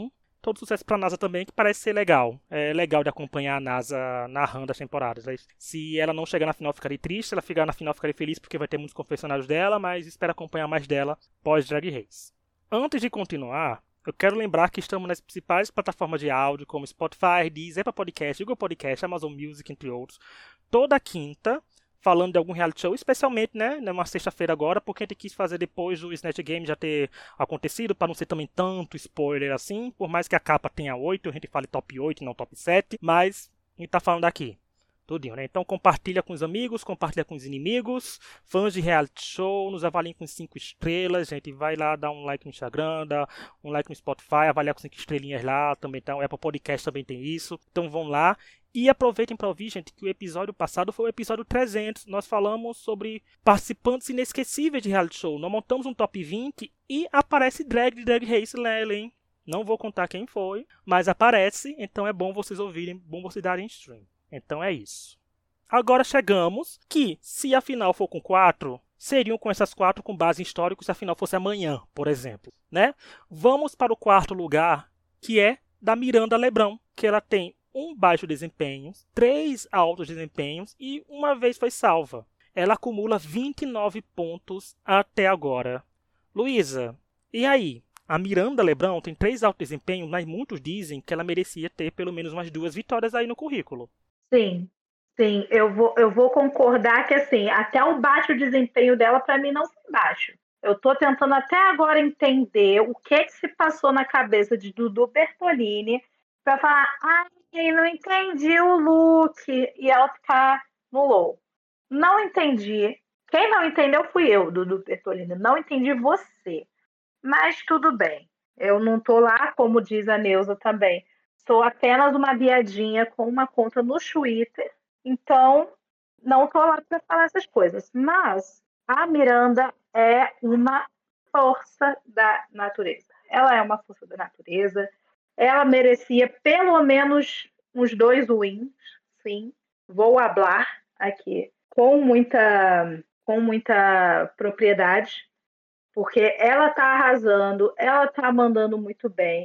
todo sucesso pra NASA também, que parece ser legal. É legal de acompanhar a NASA narrando as temporadas. Se ela não chegar na final, ficarei triste. Se ela ficar na final, ficarei feliz, porque vai ter muitos confessionários dela, mas espero acompanhar mais dela pós-Drag Race. Antes de continuar, eu quero lembrar que estamos nas principais plataformas de áudio, como Spotify, Deezer, Apple Podcast, Google Podcast, Amazon Music, entre outros, toda quinta, falando de algum reality show, especialmente, né, numa sexta-feira agora, porque a gente quis fazer depois do Snatch Game já ter acontecido, para não ser também tanto spoiler assim, por mais que a capa tenha oito, a gente fale top oito, não top sete, mas a gente tá falando aqui. Tudinho, né? Então compartilha com os amigos, compartilha com os inimigos, fãs de reality show, nos avaliem com cinco estrelas, gente, vai lá dar um like no Instagram, dá um like no Spotify, avaliar com cinco estrelinhas lá, também tá, o Apple Podcast também tem isso, então vão lá. E aproveitem para ouvir, gente, que o episódio passado foi o episódio trezentos. Nós falamos sobre participantes inesquecíveis de reality show. Nós montamos um top vinte e aparece drag de Drag Race Lely, hein? Não vou contar quem foi, mas aparece, então é bom vocês ouvirem, bom vocês darem stream. Então é isso. Agora chegamos que, se a final for com quatro, seriam com essas quatro com base em histórico se a final fosse amanhã, por exemplo, né? Vamos para o quarto lugar, que é da Miranda Lebrão, que ela tem um baixo desempenho, três altos desempenhos e uma vez foi salva. Ela acumula vinte e nove pontos até agora. Luísa, e aí? A Miranda Lebrão tem três altos desempenhos, mas muitos dizem que ela merecia ter pelo menos umas duas vitórias aí no currículo. Sim, sim, eu vou, eu vou concordar que assim, até o baixo desempenho dela para mim não foi baixo. Eu estou tentando até agora entender o que, que se passou na cabeça de Dudu Bertolini para falar, ai, não entendi o look, e ela ficar no low. Não entendi. Quem não entendeu fui eu, Dudu Bertolini. Não entendi você. Mas tudo bem. Eu não estou lá, como diz a Neuza também. Sou apenas uma viadinha com uma conta no Twitter. Então, não estou lá para falar essas coisas. Mas a Miranda é uma força da natureza. Ela é uma força da natureza. Ela merecia pelo menos uns dois wins, sim. Vou hablar aqui com muita, com muita propriedade, porque ela está arrasando, ela está mandando muito bem.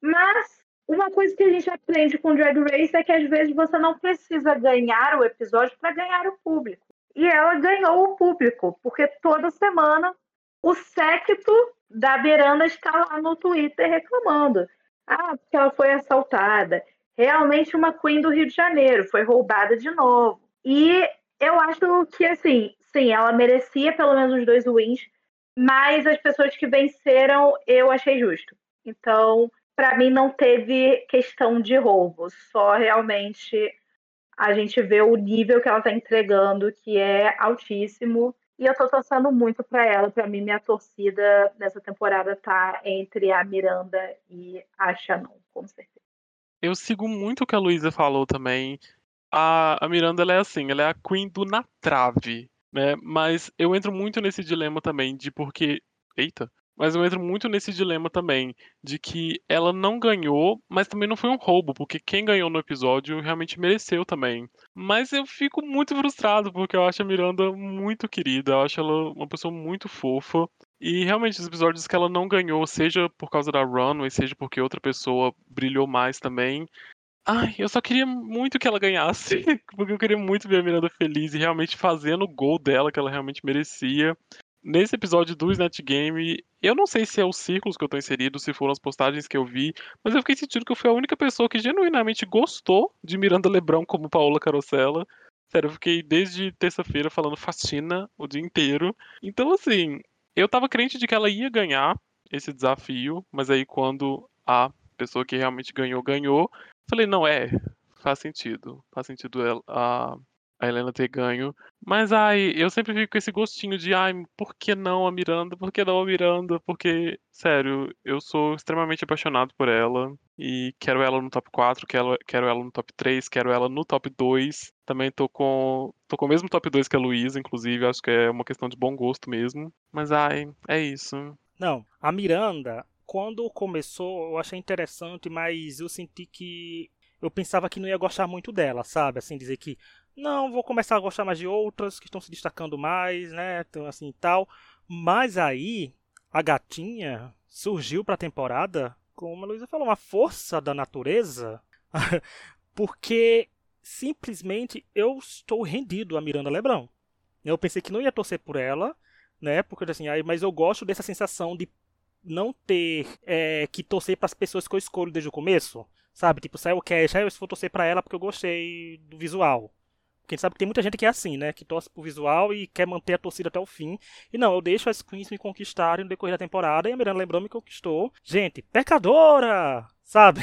Mas uma coisa que a gente aprende com Drag Race é que às vezes você não precisa ganhar o episódio para ganhar o público. E ela ganhou o público, porque toda semana o séquito da Miranda está lá no Twitter reclamando. Ah, porque ela foi assaltada. Realmente uma queen do Rio de Janeiro, foi roubada de novo. E eu acho que, assim, sim, ela merecia pelo menos os dois wins, mas as pessoas que venceram eu achei justo. Então, para mim, não teve questão de roubo, só realmente a gente vê o nível que ela está entregando, que é altíssimo. E eu tô torcendo muito para ela. Para mim, minha torcida nessa temporada tá entre a Miranda e a Shannon, com certeza. Eu sigo muito o que a Luísa falou também. A, a Miranda, ela é assim, ela é a queen do na trave, né? Mas eu entro muito nesse dilema também de porque... Eita! Mas eu entro muito nesse dilema também de que ela não ganhou, mas também não foi um roubo, porque quem ganhou no episódio realmente mereceu também. Mas eu fico muito frustrado, porque eu acho a Miranda muito querida, eu acho ela uma pessoa muito fofa. E realmente os episódios que ela não ganhou, seja por causa da Runway, seja porque outra pessoa brilhou mais também. Ai, eu só queria muito que ela ganhasse, porque eu queria muito ver a Miranda feliz e realmente fazendo o gol dela, que ela realmente merecia. Nesse episódio do Snatch Game, eu não sei se é os círculos que eu tô inserido, se foram as postagens que eu vi, mas eu fiquei sentindo que eu fui a única pessoa que genuinamente gostou de Miranda Lebrão como Paola Carosella. Sério, eu fiquei desde terça-feira falando fascina o dia inteiro. Então, assim, eu tava crente de que ela ia ganhar esse desafio, mas aí quando a pessoa que realmente ganhou, ganhou, falei, não, é, faz sentido. Faz sentido ela, a, a Helena ter ganho. Mas, ai, eu sempre fico com esse gostinho de, ai, por que não a Miranda? Por que não a Miranda? Porque, sério, eu sou extremamente apaixonado por ela. E quero ela no top quatro, quero, quero ela no top três, quero ela no top dois. Também tô com, tô com o mesmo top dois que a Luísa, inclusive. Acho que é uma questão de bom gosto mesmo. Mas, ai, é isso. Não, a Miranda, quando começou, eu achei interessante, mas eu senti que... Eu pensava que não ia gostar muito dela, sabe? Assim, dizer que... Não, vou começar a gostar mais de outras que estão se destacando mais, né? Então, assim, tal. Mas aí, a gatinha surgiu pra temporada como a Luísa falou, uma força da natureza, porque simplesmente eu estou rendido a Miranda Lebrão. Eu pensei que não ia torcer por ela, né? Porque assim, aí, mas eu gosto dessa sensação de não ter é, que torcer para as pessoas que eu escolho desde o começo, sabe? Tipo, saiu o cast, aí eu vou torcer para ela porque eu gostei do visual. Porque a gente sabe que tem muita gente que é assim, né? Que torce pro visual e quer manter a torcida até o fim. E não, eu deixo as queens me conquistarem no decorrer da temporada e a Miranda Lebrão me conquistou. Gente, pecadora! Sabe?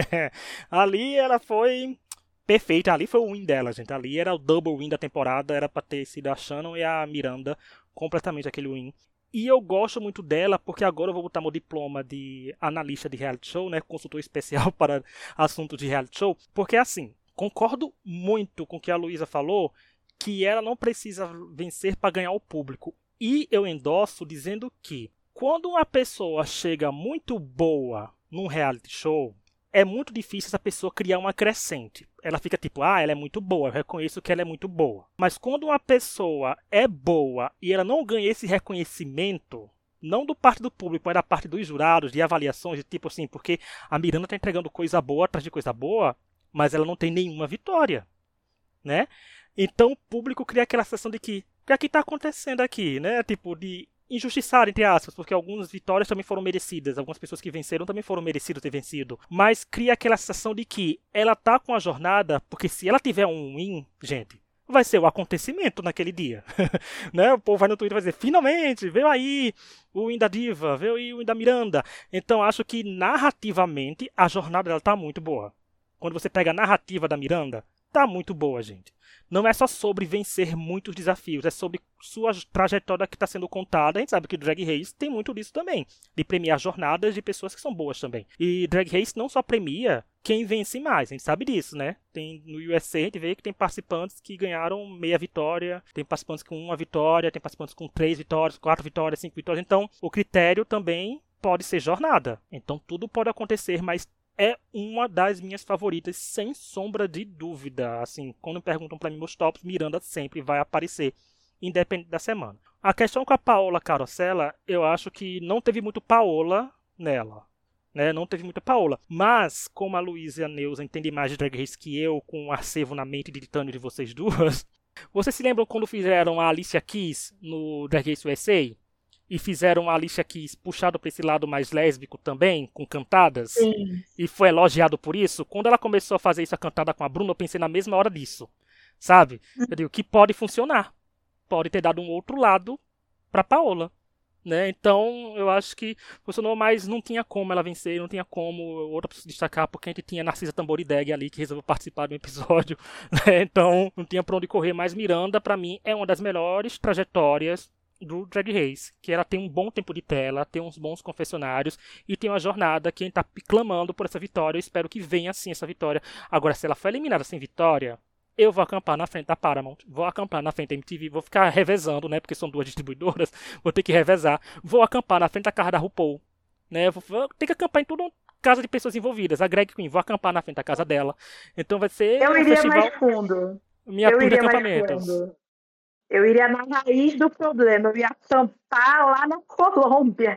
Ali ela foi perfeita. Ali foi o win dela, gente. Ali era o double win da temporada. Era pra ter sido a Shannon e a Miranda completamente aquele win. E eu gosto muito dela porque agora eu vou botar meu diploma de analista de reality show, né? Consultor especial para assuntos de reality show. Porque assim, concordo muito com o que a Luísa falou, que ela não precisa vencer para ganhar o público. E eu endosso dizendo que quando uma pessoa chega muito boa num reality show, é muito difícil essa pessoa criar uma crescente. Ela fica tipo, ah, ela é muito boa, eu reconheço que ela é muito boa. Mas quando uma pessoa é boa e ela não ganha esse reconhecimento, não do parte do público, mas da parte dos jurados, de avaliações, de tipo assim, porque a Miranda tá entregando coisa boa atrás de coisa boa, mas ela não tem nenhuma vitória, né? Então o público cria aquela sensação de que, o que é que tá acontecendo aqui, né? Tipo, de injustiçar, entre aspas, porque algumas vitórias também foram merecidas, algumas pessoas que venceram também foram merecidas ter vencido, mas cria aquela sensação de que ela tá com a jornada, porque se ela tiver um win, gente, vai ser o acontecimento naquele dia, né? O povo vai no Twitter e vai dizer, finalmente, veio aí o win da Diva, veio aí o win da Miranda. Então acho que narrativamente a jornada dela tá muito boa. Quando você pega a narrativa da Miranda, tá muito boa, gente. Não é só sobre vencer muitos desafios, é sobre sua trajetória que está sendo contada. A gente sabe que o Drag Race tem muito disso também, de premiar jornadas de pessoas que são boas também. E Drag Race não só premia quem vence mais, a gente sabe disso, né? Tem, no U S A a gente vê que tem participantes que ganharam meia vitória, tem participantes com uma vitória, tem participantes com três vitórias, quatro vitórias, cinco vitórias. Então, o critério também pode ser jornada. Então, tudo pode acontecer, mas é uma das minhas favoritas, sem sombra de dúvida. Assim, quando me perguntam para mim meus tops, Miranda sempre vai aparecer, independente da semana. A questão com a Paola Carosella, eu acho que não teve muito Paola nela. Né? Não teve muita Paola. Mas, como a Luísa e a Neuza entendem mais de Drag Race que eu, com um acervo na mente de titânio de vocês duas, vocês se lembram quando fizeram a Alicia Keys no Drag Race U S A? E fizeram a Alicia Keys puxado para esse lado mais lésbico também, com cantadas. Sim. E foi elogiado por isso. Quando ela começou a fazer isso, a cantada com a Bruna, eu pensei na mesma hora disso. Sabe? Eu digo que pode funcionar. Pode ter dado um outro lado para Paola. Né? Então, eu acho que funcionou, mas não tinha como ela vencer, não tinha como outra pra se destacar, porque a gente tinha Narcisa Tamborideg ali, que resolveu participar do episódio. Né? Então, não tinha pra onde correr. Mas Miranda, pra mim, é uma das melhores trajetórias do Drag Race, que ela tem um bom tempo de tela, tem uns bons confessionários e tem uma jornada que a gente tá clamando por essa vitória. Eu espero que venha assim essa vitória. Agora, se ela for eliminada sem vitória, eu vou acampar na frente da Paramount, vou acampar na frente da M T V, vou ficar revezando, né, porque são duas distribuidoras, vou ter que revezar, vou acampar na frente da casa da RuPaul, né, vou, vou ter que acampar em tudo casa de pessoas envolvidas, a Greg Queen, vou acampar na frente da casa dela. Então vai ser eu um iria festival, mais fundo. minha eu tour de iria mais acampamentos. fundo. Eu iria na raiz do problema, eu ia acampar lá na Colômbia.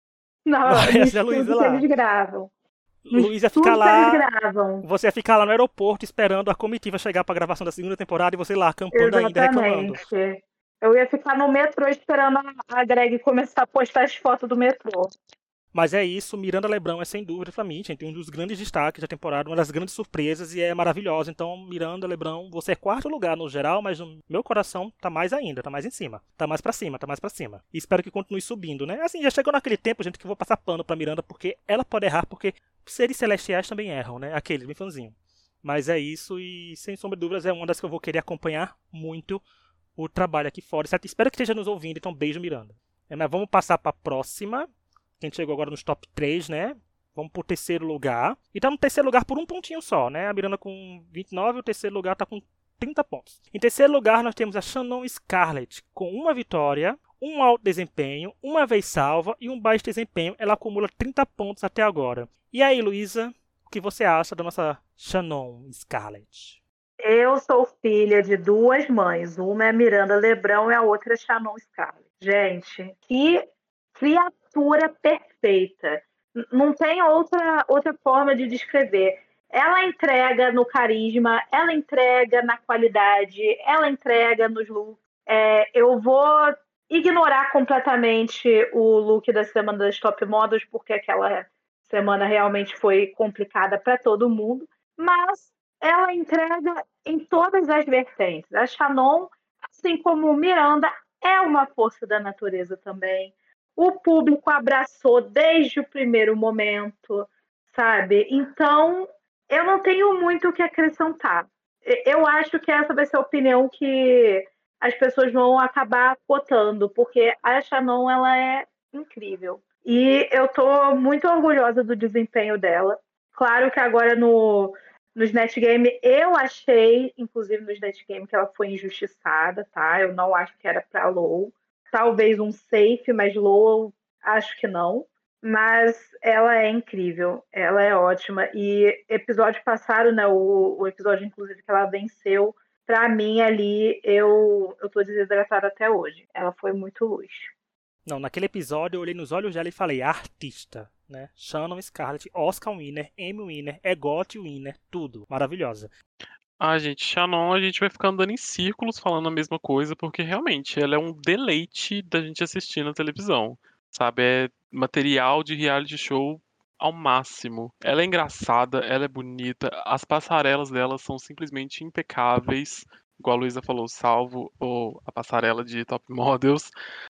Não, no estúdio que eles gravam. Luiz ia ficar lá, você ia ficar lá no aeroporto esperando a comitiva chegar pra gravação da segunda temporada e você lá acampando ainda, reclamando. Eu ia ficar no metrô esperando a Greg começar a postar as fotos do metrô. Mas é isso, Miranda Lebrão é sem dúvida pra mim, gente, um dos grandes destaques da temporada, uma das grandes surpresas e é maravilhosa. Então, Miranda Lebrão, você é quarto lugar no geral, mas no meu coração tá mais ainda, tá mais em cima, tá mais pra cima, tá mais pra cima. E espero que continue subindo, né? Assim, já chegou naquele tempo, gente, que eu vou passar pano pra Miranda, porque ela pode errar, porque seres celestiais também erram, né? Aqueles, bem fãzinho. Mas é isso e, sem sombra de dúvidas, é uma das que eu vou querer acompanhar muito o trabalho aqui fora, certo? Espero que esteja nos ouvindo, então beijo, Miranda. É, mas vamos passar pra próxima. A gente chegou agora nos top três, né? Vamos pro terceiro lugar. E tá no terceiro lugar por um pontinho só, né? A Miranda com vinte e nove, o terceiro lugar tá com trinta pontos. Em terceiro lugar, nós temos a Shannon Scarlett, com uma vitória, um alto desempenho, uma vez salva e um baixo desempenho. Ela acumula trinta pontos até agora. E aí, Luísa, o que você acha da nossa Shannon Scarlett? Eu sou filha de duas mães. Uma é a Miranda Lebrão e a outra é a Shannon Scarlett. Gente, que criatura perfeita. Não tem outra, outra forma de descrever. Ela entrega no carisma, ela entrega na qualidade, ela entrega nos looks. É, eu vou ignorar completamente o look da semana das Top Models, porque aquela semana realmente foi complicada para todo mundo, mas ela entrega em todas as vertentes. A Shannon, assim como Miranda, é uma força da natureza também. O público abraçou desde o primeiro momento, sabe? Então, eu não tenho muito o que acrescentar. Eu acho que essa vai ser a opinião que as pessoas vão acabar votando, porque a Shannon, ela é incrível. E eu tô muito orgulhosa do desempenho dela. Claro que agora no, nos Netgame, eu achei, inclusive nos Netgame, que ela foi injustiçada, tá? Eu não acho que era pra Low. Talvez um safe, mas Low, acho que não. Mas ela é incrível, ela é ótima. E episódio passado, né, o, o episódio, inclusive, que ela venceu, pra mim ali, eu, eu tô desidratada até hoje. Ela foi muito luz. Não, naquele episódio eu olhei nos olhos dela e falei, artista, né? Shannon Scarlett, Oscar winner, Emmy winner, EGOT winner, tudo. Maravilhosa. Ah, gente, Shannon, a gente vai ficar andando em círculos falando a mesma coisa, porque realmente ela é um deleite da gente assistir na televisão, sabe? É material de reality show ao máximo. Ela é engraçada, ela é bonita, as passarelas dela são simplesmente impecáveis, igual a Luísa falou, salvo ou a passarela de Top Models,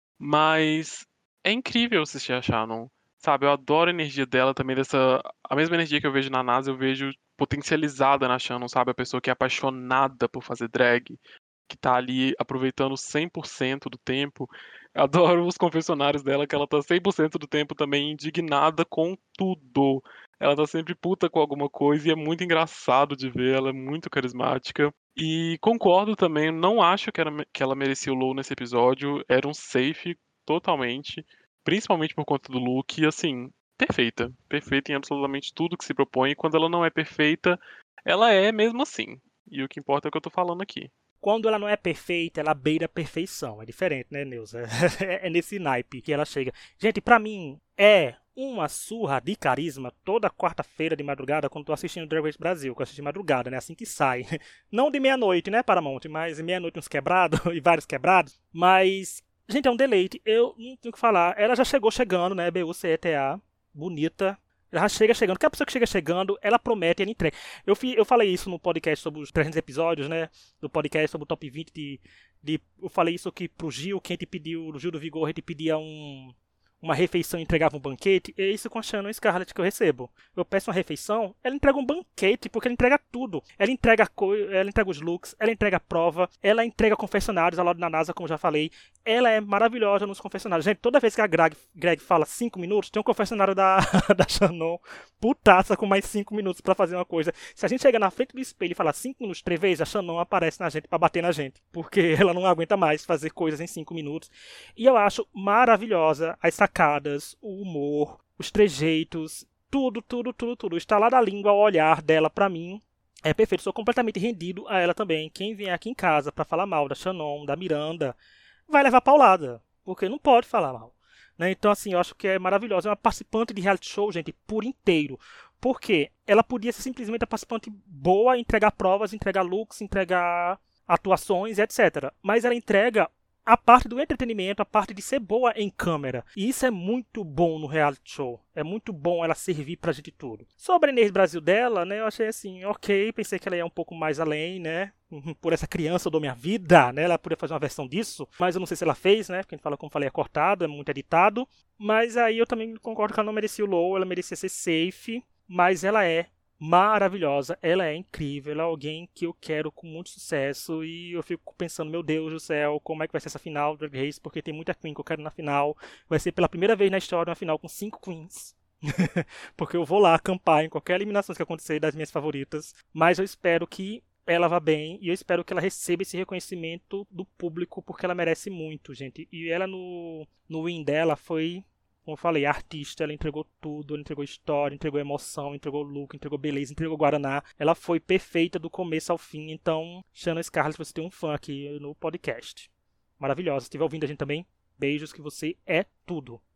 mas é incrível assistir a Shannon, sabe? Eu adoro a energia dela também, dessa a mesma energia que eu vejo na NASA, eu vejo potencializada na Shannon, sabe? A pessoa que é apaixonada por fazer drag, que tá ali aproveitando cem por cento do tempo. Eu adoro os confessionários dela, que ela tá cem por cento do tempo também indignada com tudo. Ela tá sempre puta com alguma coisa e é muito engraçado de ver, ela é muito carismática. E concordo também, não acho que, era, que ela merecia o low nesse episódio, era um safe totalmente, principalmente por conta do look, e assim, perfeita. Perfeita em absolutamente tudo que se propõe, e quando ela não é perfeita, ela é mesmo assim. E o que importa é o que eu tô falando aqui. Quando ela não é perfeita, ela beira a perfeição. É diferente, né, Neuza? É nesse naipe que ela chega. Gente, pra mim, é uma surra de carisma toda quarta-feira de madrugada quando tô assistindo Drag Race Brasil, que eu assisto de madrugada, né, assim que sai. Não de meia-noite, né, Paramount, mas meia-noite uns quebrados e vários quebrados. Mas, gente, é um deleite. Eu não tenho o que falar. Ela já chegou chegando, né, B U C E T A, bonita. Ela chega chegando. Cada pessoa que chega chegando, ela promete e ela entrega. Eu, fi, eu falei isso no podcast sobre os trezentos episódios, né? Do podcast sobre o top vinte de, de... Eu falei isso aqui pro Gil, que a gente pediu, o Gil do Vigor, a gente pedia um... uma refeição e entregava um banquete, é isso com a Shannon Scarlett que eu recebo. Eu peço uma refeição, ela entrega um banquete, porque ela entrega tudo. Ela entrega, co... ela entrega os looks, ela entrega a prova, ela entrega confessionários, a Lorde na NASA, como já falei. Ela é maravilhosa nos confessionários. Gente, toda vez que a Greg, Greg fala cinco minutos, tem um confessionário da, da Shannon, putaça, com mais cinco minutos pra fazer uma coisa. Se a gente chega na frente do espelho e falar cinco minutos três vezes, a Shannon aparece na gente pra bater na gente, porque ela não aguenta mais fazer coisas em cinco minutos. E eu acho maravilhosa as sacadas, o humor, os trejeitos, tudo, tudo, tudo, tudo. O estalar da língua, o olhar dela pra mim é perfeito. Sou completamente rendido a ela também. Quem vier aqui em casa pra falar mal da Shannon, da Miranda, vai levar paulada, porque não pode falar mal. Né? Então, assim, eu acho que é maravilhosa. É uma participante de reality show, gente, por inteiro. Porque ela podia ser simplesmente a participante boa, entregar provas, entregar looks, entregar atuações, etcétera. Mas ela entrega a parte do entretenimento, a parte de ser boa em câmera. E isso é muito bom no reality show. É muito bom ela servir pra gente tudo. Sobre a Inês Brasil dela, né, eu achei assim, ok, pensei que ela ia um pouco mais além, né, por essa criança eu dou minha vida, né, ela podia fazer uma versão disso, mas eu não sei se ela fez, né, porque a gente fala, como falei, é cortado, é muito editado, mas aí eu também concordo que ela não merecia o low, ela merecia ser safe, mas ela é maravilhosa, ela é incrível, ela é alguém que eu quero com muito sucesso e eu fico pensando, meu Deus do céu, como é que vai ser essa final do Drag Race, porque tem muita Queen que eu quero na final, vai ser pela primeira vez na história uma final com cinco Queens, porque eu vou lá acampar em qualquer eliminação que acontecer das minhas favoritas, mas eu espero que ela vá bem e eu espero que ela receba esse reconhecimento do público, porque ela merece muito, gente, e ela no, no win dela foi... Como eu falei, artista, ela entregou tudo, ela entregou história, entregou emoção, entregou look, entregou beleza, entregou Guaraná. Ela foi perfeita do começo ao fim. Então, Shannon Scarlett, você tem um fã aqui no podcast. Maravilhosa. Se estiver ouvindo a gente também, beijos, que você é tudo.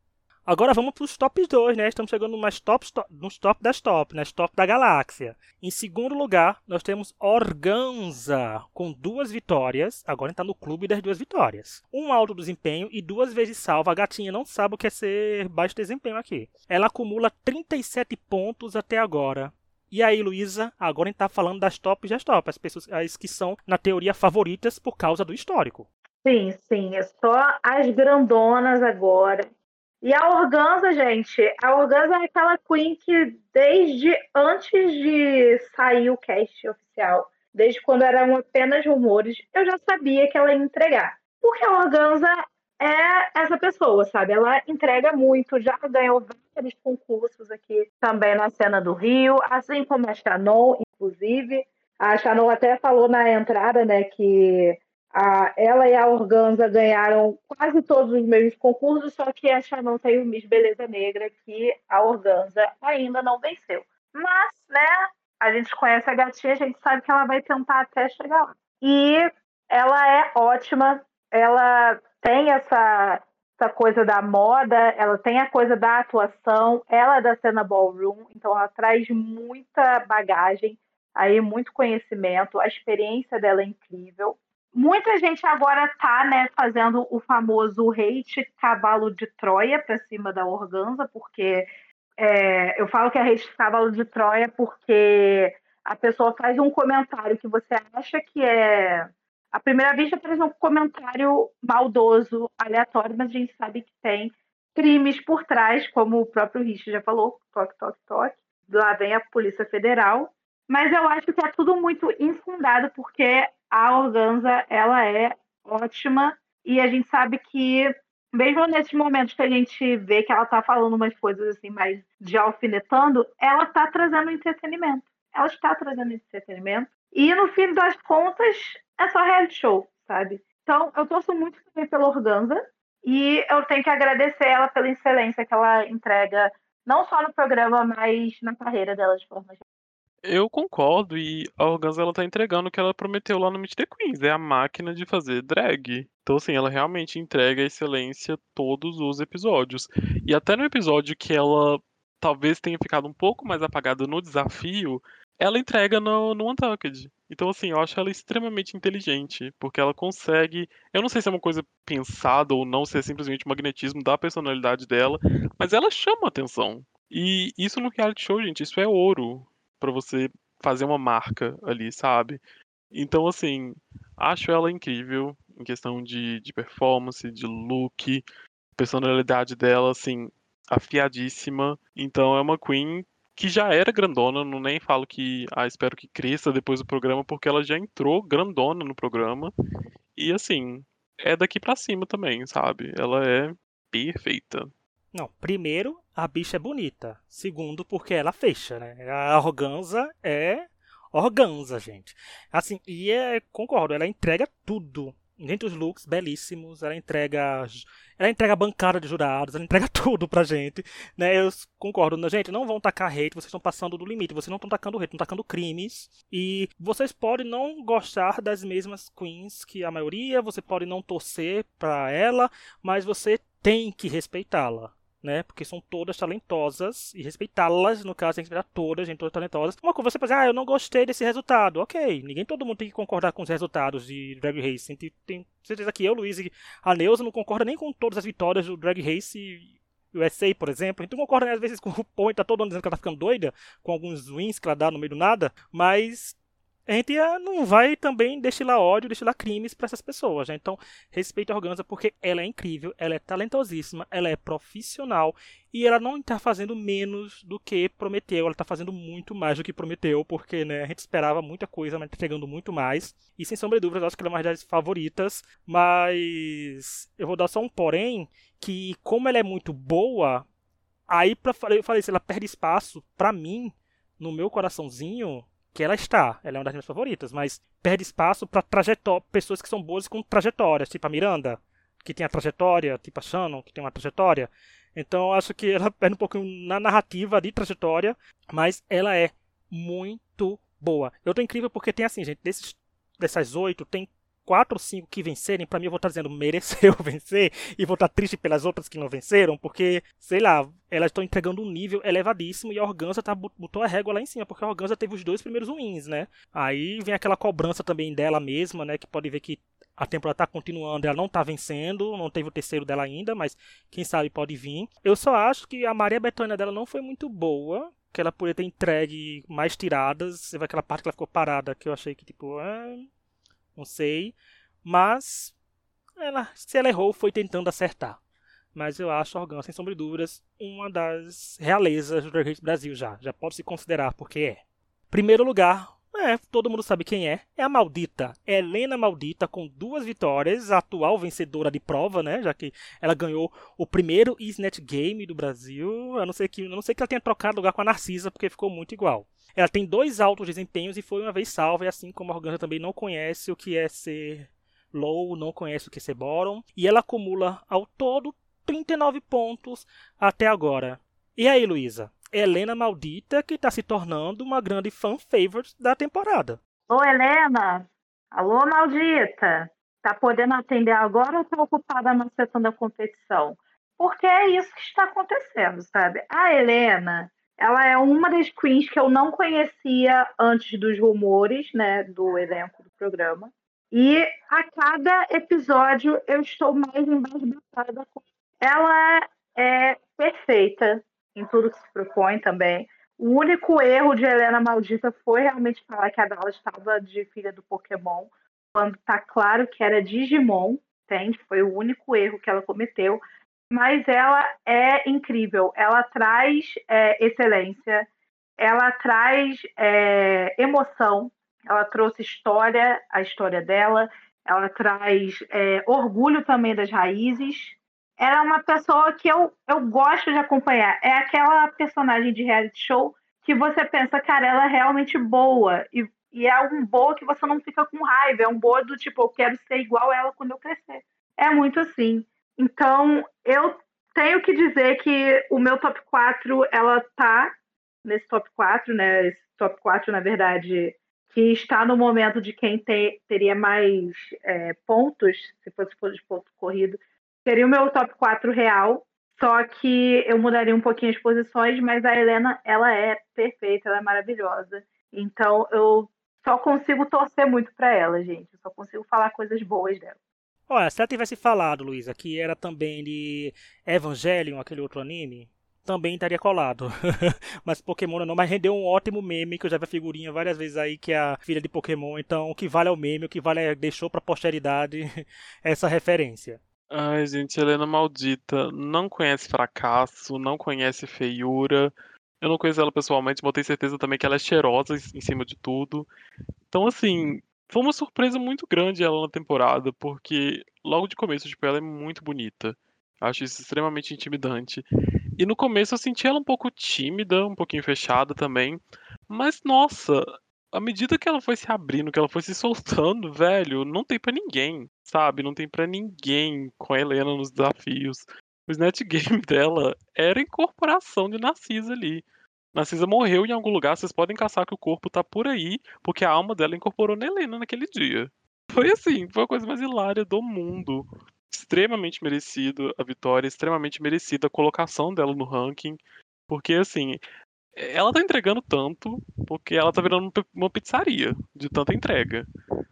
Agora vamos para os top dois, né? Estamos chegando mais top, nos top das top, nas top da galáxia. Em segundo lugar, nós temos Organza, com duas vitórias. Agora está no clube das duas vitórias. Um alto desempenho e duas vezes salva. A gatinha não sabe o que é ser baixo desempenho aqui. Ela acumula trinta e sete pontos até agora. E aí, Luísa, agora a gente está falando das tops das tops. As pessoas as que são, na teoria, favoritas por causa do histórico. Sim, sim. É só as grandonas agora. E a Organza, gente, a Organza é aquela queen que desde antes de sair o cast oficial, desde quando eram apenas rumores, eu já sabia que ela ia entregar. Porque a Organza é essa pessoa, sabe? Ela entrega muito, já ganhou vários concursos aqui também na cena do Rio, assim como a Shannon, inclusive. A Shannon até falou na entrada, né, que A, ela e a Organza ganharam quase todos os mesmos concursos, só que a Shannon tem o Miss Beleza Negra, que a Organza ainda não venceu. Mas, né, a gente conhece a gatinha, a gente sabe que ela vai tentar até chegar lá. E ela é ótima, ela tem essa, essa coisa da moda, ela tem a coisa da atuação, ela é da cena ballroom, então ela traz muita bagagem, aí muito conhecimento, a experiência dela é incrível. Muita gente agora tá, né, fazendo o famoso hate cavalo de Troia para cima da Organza, porque é, eu falo que é hate cavalo de Troia porque a pessoa faz um comentário que você acha que é... À primeira vista parece um comentário maldoso, aleatório, mas a gente sabe que tem crimes por trás, como o próprio Rich já falou, toque, toque, toque. Lá vem a Polícia Federal. Mas eu acho que é tudo muito infundado, porque a Organza, ela é ótima e a gente sabe que, mesmo nesses momentos que a gente vê que ela tá falando umas coisas assim, mais de alfinetando, ela tá trazendo entretenimento. Ela está trazendo entretenimento. E, no fim das contas, é só reality show, sabe? Então, eu torço muito também pela Organza e eu tenho que agradecer ela pela excelência que ela entrega, não só no programa, mas na carreira dela de forma geral. Eu concordo, e a Organza ela tá entregando o que ela prometeu lá no Meet the Queens, é a máquina de fazer drag. Então, assim, ela realmente entrega a excelência todos os episódios. E até no episódio que ela talvez tenha ficado um pouco mais apagada no desafio, ela entrega no, no Untucked. Então, assim, eu acho ela extremamente inteligente, porque ela consegue. Eu não sei se é uma coisa pensada ou não, se é simplesmente o magnetismo da personalidade dela, mas ela chama atenção. E isso no reality show, gente, isso é ouro pra você fazer uma marca ali, sabe? Então, assim, acho ela incrível em questão de, de performance, de look, personalidade dela, assim, afiadíssima. Então, é uma queen que já era grandona, não nem falo que, ah, espero que cresça depois do programa, porque ela já entrou grandona no programa. E, assim, é daqui pra cima também, sabe? Ela é perfeita. Não, primeiro, a bicha é bonita. Segundo, porque ela fecha, né? A Organza é Organza, gente. Assim, e é, concordo, ela entrega tudo. Dentre os looks belíssimos, ela entrega ela entrega bancada de jurados, ela entrega tudo pra gente, né? Eu concordo, né? Gente, não vão tacar hate, vocês estão passando do limite, vocês não estão tacando hate, estão tacando crimes. E vocês podem não gostar das mesmas queens que a maioria, você pode não torcer pra ela, mas você tem que respeitá-la. Né? Porque são todas talentosas e respeitá-las, no caso, tem que respeitar todas, gente, todas talentosas. Uma coisa, você pode dizer, ah, eu não gostei desse resultado. Ok, ninguém, todo mundo tem que concordar com os resultados de Drag Race. Tem, tem certeza que eu, Luiz e a Neuza não concorda nem com todas as vitórias do Drag Race U S A, por exemplo. A gente não concorda, né, às vezes, com o Point, tá todo mundo dizendo que ela tá ficando doida, com alguns wins que ela dá no meio do nada, mas a gente não vai também destilar ódio, destilar crimes para essas pessoas, né? Então, respeito a Organza porque ela é incrível, ela é talentosíssima, ela é profissional e ela não está fazendo menos do que prometeu, ela está fazendo muito mais do que prometeu, porque, né, a gente esperava muita coisa, mas está entregando muito mais. E sem sombra de dúvidas, eu acho que ela é uma das favoritas, mas eu vou dar só um porém, que como ela é muito boa, aí pra, eu falei, se ela perde espaço, pra mim, no meu coraçãozinho, que ela está, ela é uma das minhas favoritas, mas perde espaço para pessoas que são boas com trajetórias, tipo a Miranda, que tem a trajetória, tipo a Shannon, que tem uma trajetória. Então eu acho que ela perde um pouquinho na narrativa de trajetória, mas ela é muito boa. Eu tô incrível porque tem assim, gente, desses, dessas oito, tem quatro ou cinco que vencerem, pra mim eu vou estar dizendo mereceu vencer e vou estar triste pelas outras que não venceram, porque, sei lá, elas estão entregando um nível elevadíssimo e a Organza tá, botou a régua lá em cima, porque a Organza teve os dois primeiros wins, né? Aí vem aquela cobrança também dela mesma, né? Que pode ver que a temporada tá continuando, ela não tá vencendo, não teve o terceiro dela ainda, mas quem sabe pode vir. Eu só acho que a Maria Bethânia dela não foi muito boa, que ela poderia ter entregue mais tiradas. Você vê aquela parte que ela ficou parada, que eu achei que, tipo, ah, não sei. Mas, ela, se ela errou, foi tentando acertar. Mas eu acho a Organza, sem sombra de dúvidas, uma das realezas do Drag Race Brasil já. Já pode se considerar, porque é. Primeiro lugar, é, todo mundo sabe quem é. É a Maldita, Helena Maldita, com duas vitórias, a atual vencedora de prova, né? Já que ela ganhou o primeiro Snatch Game do Brasil. A não ser que, a não ser que ela tenha trocado lugar com a Narcisa, porque ficou muito igual. Ela tem dois altos desempenhos e foi uma vez salva, e assim como a Organza também não conhece o que é ser low, não conhece o que é ser bottom. E ela acumula ao todo trinta e nove pontos até agora. E aí, Luísa? Helena Maldita, que está se tornando uma grande fan favorite da temporada. Ô, Helena! Alô, Maldita! Tá podendo atender agora ou tá ocupada na sessão da competição? Porque é isso que está acontecendo, sabe? A Helena, ela é uma das queens que eu não conhecia antes dos rumores, né, do elenco do programa. E a cada episódio eu estou mais embasbacada com ela. É perfeita em tudo que se propõe também. O único erro de Helena Maldita foi realmente falar que a Dallas estava de filha do Pokémon, quando tá claro que era Digimon, entende? Foi o único erro que ela cometeu. Mas ela é incrível. Ela traz é, excelência, ela traz é, emoção, ela trouxe história, a história dela, ela traz é, orgulho também das raízes. Ela é uma pessoa que eu, eu gosto de acompanhar. É aquela personagem de reality show que você pensa, cara, ela é realmente boa. E, e é um boa que você não fica com raiva. É um boa do tipo, eu quero ser igual ela quando eu crescer. É muito assim. Então, eu tenho que dizer que o meu top quatro, ela tá nesse top quatro, né? Esse top quatro, na verdade, que está no momento de quem te, teria mais é, pontos, se fosse por de ponto corrido, seria o meu top quatro real, só que eu mudaria um pouquinho as posições, mas a Helena, ela é perfeita, ela é maravilhosa. Então, eu só consigo torcer muito para ela, gente. Eu só consigo falar coisas boas dela. Olha, se ela tivesse falado, Luísa, que era também de Evangelion, aquele outro anime, também estaria colado. Mas Pokémon não, mas rendeu um ótimo meme, que eu já vi a figurinha várias vezes aí, que é a filha de Pokémon. Então, o que vale é o meme, o que vale é deixou pra posteridade essa referência. Ai, gente, Helena Maldita não conhece fracasso, não conhece feiura. Eu não conheço ela pessoalmente, mas eu tenho certeza também que ela é cheirosa em cima de tudo. Então, assim, foi uma surpresa muito grande ela na temporada, porque logo de começo, tipo, ela é muito bonita. Acho isso extremamente intimidante. E no começo eu senti ela um pouco tímida, um pouquinho fechada também. Mas, nossa, à medida que ela foi se abrindo, que ela foi se soltando, velho, não tem pra ninguém, sabe? Não tem pra ninguém com a Helena nos desafios. O Snatch Game dela era incorporação de Narcisa ali. Narcisa morreu em algum lugar, vocês podem caçar que o corpo tá por aí, porque a alma dela incorporou na Helena naquele dia. Foi assim, foi a coisa mais hilária do mundo. Extremamente merecido a vitória, extremamente merecida a colocação dela no ranking, porque assim, ela tá entregando tanto, porque ela tá virando uma pizzaria de tanta entrega.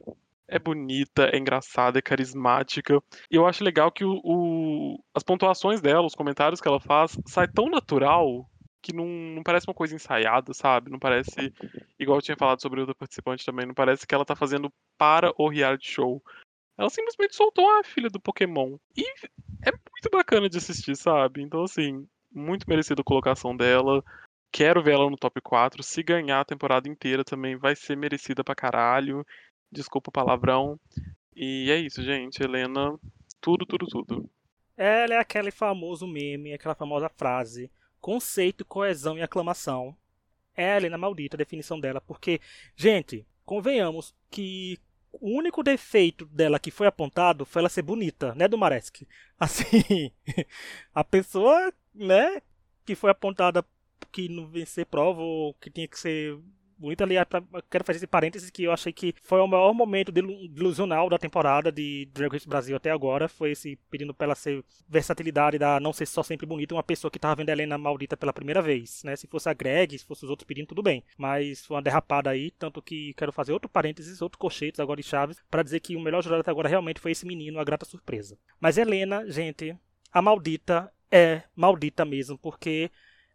É bonita, é engraçada, é carismática. E eu acho legal que o, o- as pontuações dela, os comentários que ela faz, sai tão natural que não, não parece uma coisa ensaiada, sabe? Não parece, igual eu tinha falado sobre outra participante também, não parece que ela tá fazendo para o reality show. Ela simplesmente soltou a filha do Pokémon. E é muito bacana de assistir, sabe? Então, assim, muito merecida a colocação dela. Quero ver ela no top quatro. Se ganhar a temporada inteira também vai ser merecida pra caralho. Desculpa o palavrão. E é isso, gente. Helena, tudo, tudo, tudo. Ela é aquele famoso meme, aquela famosa frase: conceito, coesão e aclamação. É a Helena Maldita, a definição dela. Porque, gente, convenhamos que o único defeito dela que foi apontado foi ela ser bonita, né, do Maresk? Assim, a pessoa, né, que foi apontada que não vencer prova ou que tinha que ser bonito ali, quero fazer esse parênteses que eu achei que foi o maior momento delusional da temporada de Drag Race Brasil até agora, foi esse pedindo pra ela ser versatilidade, da não ser só sempre bonita, uma pessoa que tava vendo a Helena maldita pela primeira vez, né? Se fosse a Greg, se fosse os outros pedindo, tudo bem, mas foi uma derrapada aí, tanto que quero fazer outro parênteses, outro colchetes agora de Chaves, pra dizer que o melhor jurado até agora realmente foi esse menino, a grata surpresa. Mas Helena, gente, a maldita é maldita mesmo, porque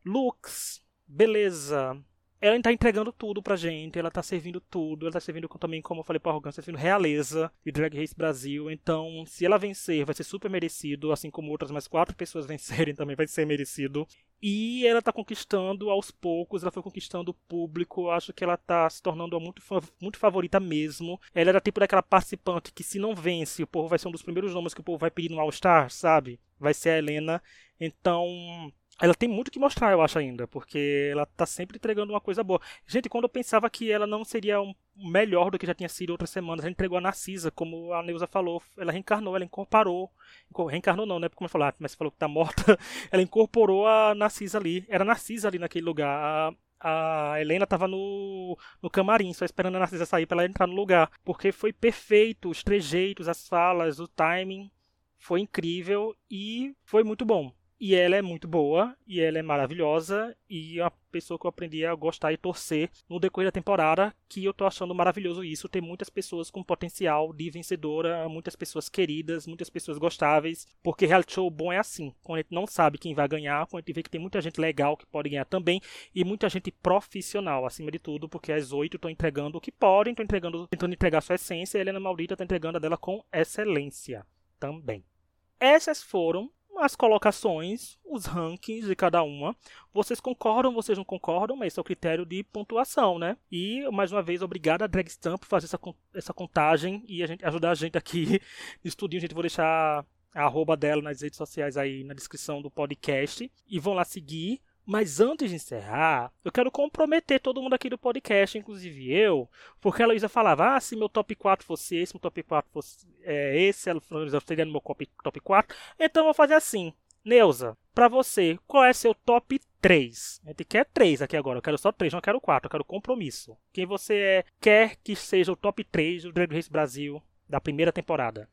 looks, beleza, ela tá entregando tudo pra gente, ela tá servindo tudo, ela tá servindo também, como eu falei pra Arrogância, servindo realeza de Drag Race Brasil, então se ela vencer vai ser super merecido, assim como outras mais quatro pessoas vencerem também vai ser merecido. E ela tá conquistando aos poucos, ela foi conquistando o público, eu acho que ela tá se tornando muito, muito favorita mesmo. Ela era tipo daquela participante que se não vence, o povo vai ser um dos primeiros nomes que o povo vai pedir no All Star, sabe? Vai ser a Helena, então... ela tem muito que mostrar, eu acho, ainda, porque ela tá sempre entregando uma coisa boa. Gente, quando eu pensava que ela não seria um melhor do que já tinha sido outras semanas, ela entregou a Narcisa, como a Neuza falou, ela reencarnou, ela incorporou, reencarnou não, né, como eu falei, mas você falou que tá morta, ela incorporou a Narcisa ali, era a Narcisa ali naquele lugar, a, a Helena tava no, no camarim, só esperando a Narcisa sair pra ela entrar no lugar, porque foi perfeito, os trejeitos, as falas, o timing, foi incrível e foi muito bom. E ela é muito boa, e ela é maravilhosa, e é uma pessoa que eu aprendi a gostar e torcer no decorrer da temporada, que eu tô achando maravilhoso isso, ter muitas pessoas com potencial de vencedora, muitas pessoas queridas, muitas pessoas gostáveis, porque reality show bom é assim, quando a gente não sabe quem vai ganhar, quando a gente vê que tem muita gente legal que pode ganhar também, e muita gente profissional, acima de tudo, porque as oito estão entregando o que podem, estão entregando, tentando entregar a sua essência, e a Helena Maldita está entregando a dela com excelência também. Essas foram as colocações, os rankings de cada uma. Vocês concordam, vocês não concordam, mas esse é o critério de pontuação, né? E, mais uma vez, obrigado a Dragstamp por fazer essa, essa contagem e a gente, ajudar a gente aqui no estudinho. A gente vou deixar a arroba dela nas redes sociais aí na descrição do podcast. E vão lá seguir. Mas antes de encerrar, eu quero comprometer todo mundo aqui do podcast, inclusive eu, porque a Luísa falava, ah, se meu top quatro fosse esse, meu top quatro fosse é, esse, ela seria no meu top quatro, então eu vou fazer assim. Neuza, pra você, qual é seu top três? A gente quer três aqui agora, eu quero só três, não quero quatro, eu quero compromisso. Quem você é, quer que seja o top três do Drag Race Brasil da primeira temporada?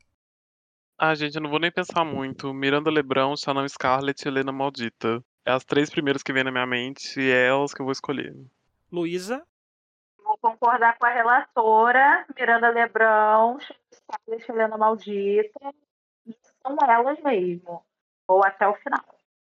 Ah, gente, eu não vou nem pensar muito. Miranda Lebrão, Chanel Scarlett e Helena Maldita. É as três primeiras que vem na minha mente e é elas que eu vou escolher. Luísa? Vou concordar com a relatora, Miranda Lebrão, Scarlett, Helena Maldita. E são elas mesmo. Ou até o final.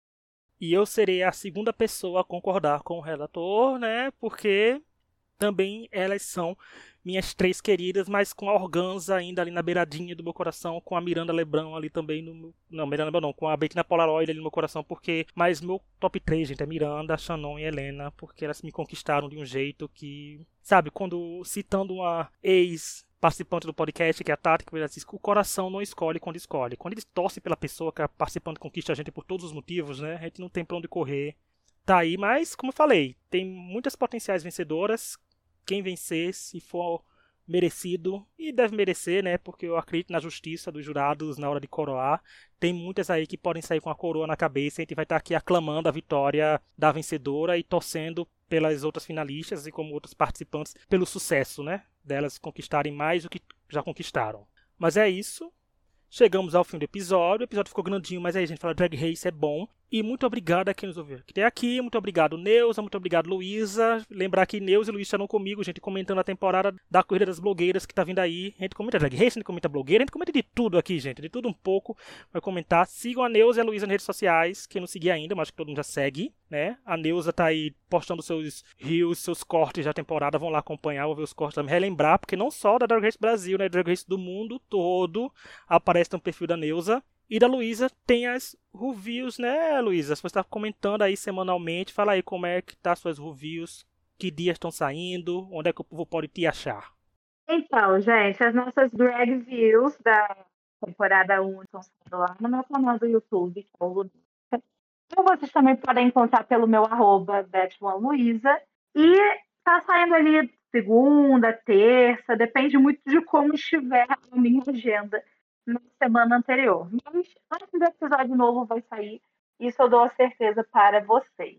E eu serei a segunda pessoa a concordar com o relator, né? Porque também elas são minhas três queridas, mas com a Organza ainda ali na beiradinha do meu coração, com a Miranda Lebrão ali também no meu... Não, Miranda Lebrão não, com a Bettina Polaroid ali no meu coração, porque... Mas meu top três, gente, é Miranda, Shannon e Helena, porque elas me conquistaram de um jeito que... Sabe, quando citando uma ex... participante do podcast, que é a Tati, que diz que o coração não escolhe quando escolhe. Quando eles torcem pela pessoa, que a participante conquista a gente por todos os motivos, né? A gente não tem pra onde correr. Tá aí, mas, como eu falei, tem muitas potenciais vencedoras. Quem vencer, se for merecido, e deve merecer, né? Porque eu acredito na justiça dos jurados na hora de coroar. Tem muitas aí que podem sair com a coroa na cabeça. A gente vai estar aqui aclamando a vitória da vencedora e torcendo pelas outras finalistas e como outros participantes pelo sucesso, né? Delas conquistarem mais do que já conquistaram. Mas é isso. Chegamos ao fim do episódio. O episódio ficou grandinho, mas aí, gente, fala Drag Race é bom. E muito obrigado a quem nos ouviu até aqui. Muito obrigado, Neuza. Muito obrigado, Luísa. Lembrar que Neuza e Luísa estão comigo, gente, comentando a temporada da Corrida das Blogueiras que tá vindo aí. A gente comenta Drag Race, a gente comenta blogueira, a gente comenta de tudo aqui, gente. De tudo um pouco. Vai comentar. Sigam a Neuza e a Luísa nas redes sociais. Quem não seguir ainda, mas acho que todo mundo já segue, né? A Neuza tá aí postando seus reels, seus cortes da temporada. Vão lá acompanhar, vou ver os cortes também. Relembrar, porque não só da Drag Race Brasil, né? Drag Race do mundo todo aparece no perfil da Neuza. E da Luísa tem as reviews, né, Luísa? Você está comentando aí semanalmente. Fala aí como é que tá suas reviews, que dias estão saindo, onde é que o povo pode te achar. Então, gente, as nossas drag views da temporada um estão saindo lá no meu canal do YouTube, que é o Luísa. Então, vocês também podem encontrar pelo meu arroba BetOneLuísa. E tá saindo ali segunda, terça, depende muito de como estiver a minha agenda na semana anterior. Mas antes do episódio novo vai sair, isso eu dou a certeza para vocês.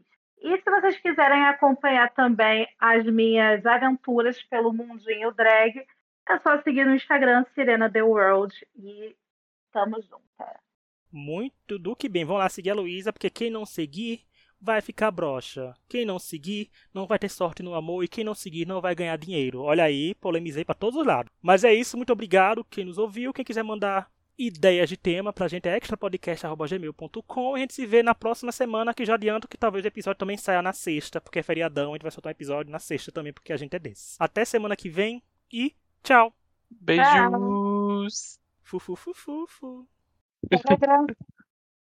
E se vocês quiserem acompanhar também as minhas aventuras pelo mundinho drag, é só seguir no Instagram, Sirena The World, e tamo junto. Muito do que bem. Vão lá seguir a Luísa, porque quem não seguir vai ficar broxa. Quem não seguir não vai ter sorte no amor, e quem não seguir não vai ganhar dinheiro. Olha aí, polemizei pra todos os lados. Mas é isso, muito obrigado quem nos ouviu. Quem quiser mandar ideias de tema pra gente é extrapodcast arroba gmail ponto com, e a gente se vê na próxima semana, que já adianto que talvez o episódio também saia na sexta, porque é feriadão, a gente vai soltar um episódio na sexta também, porque a gente é desse. Até semana que vem e tchau! Beijos! Fu, fu, fu, fu, fu. Tchau.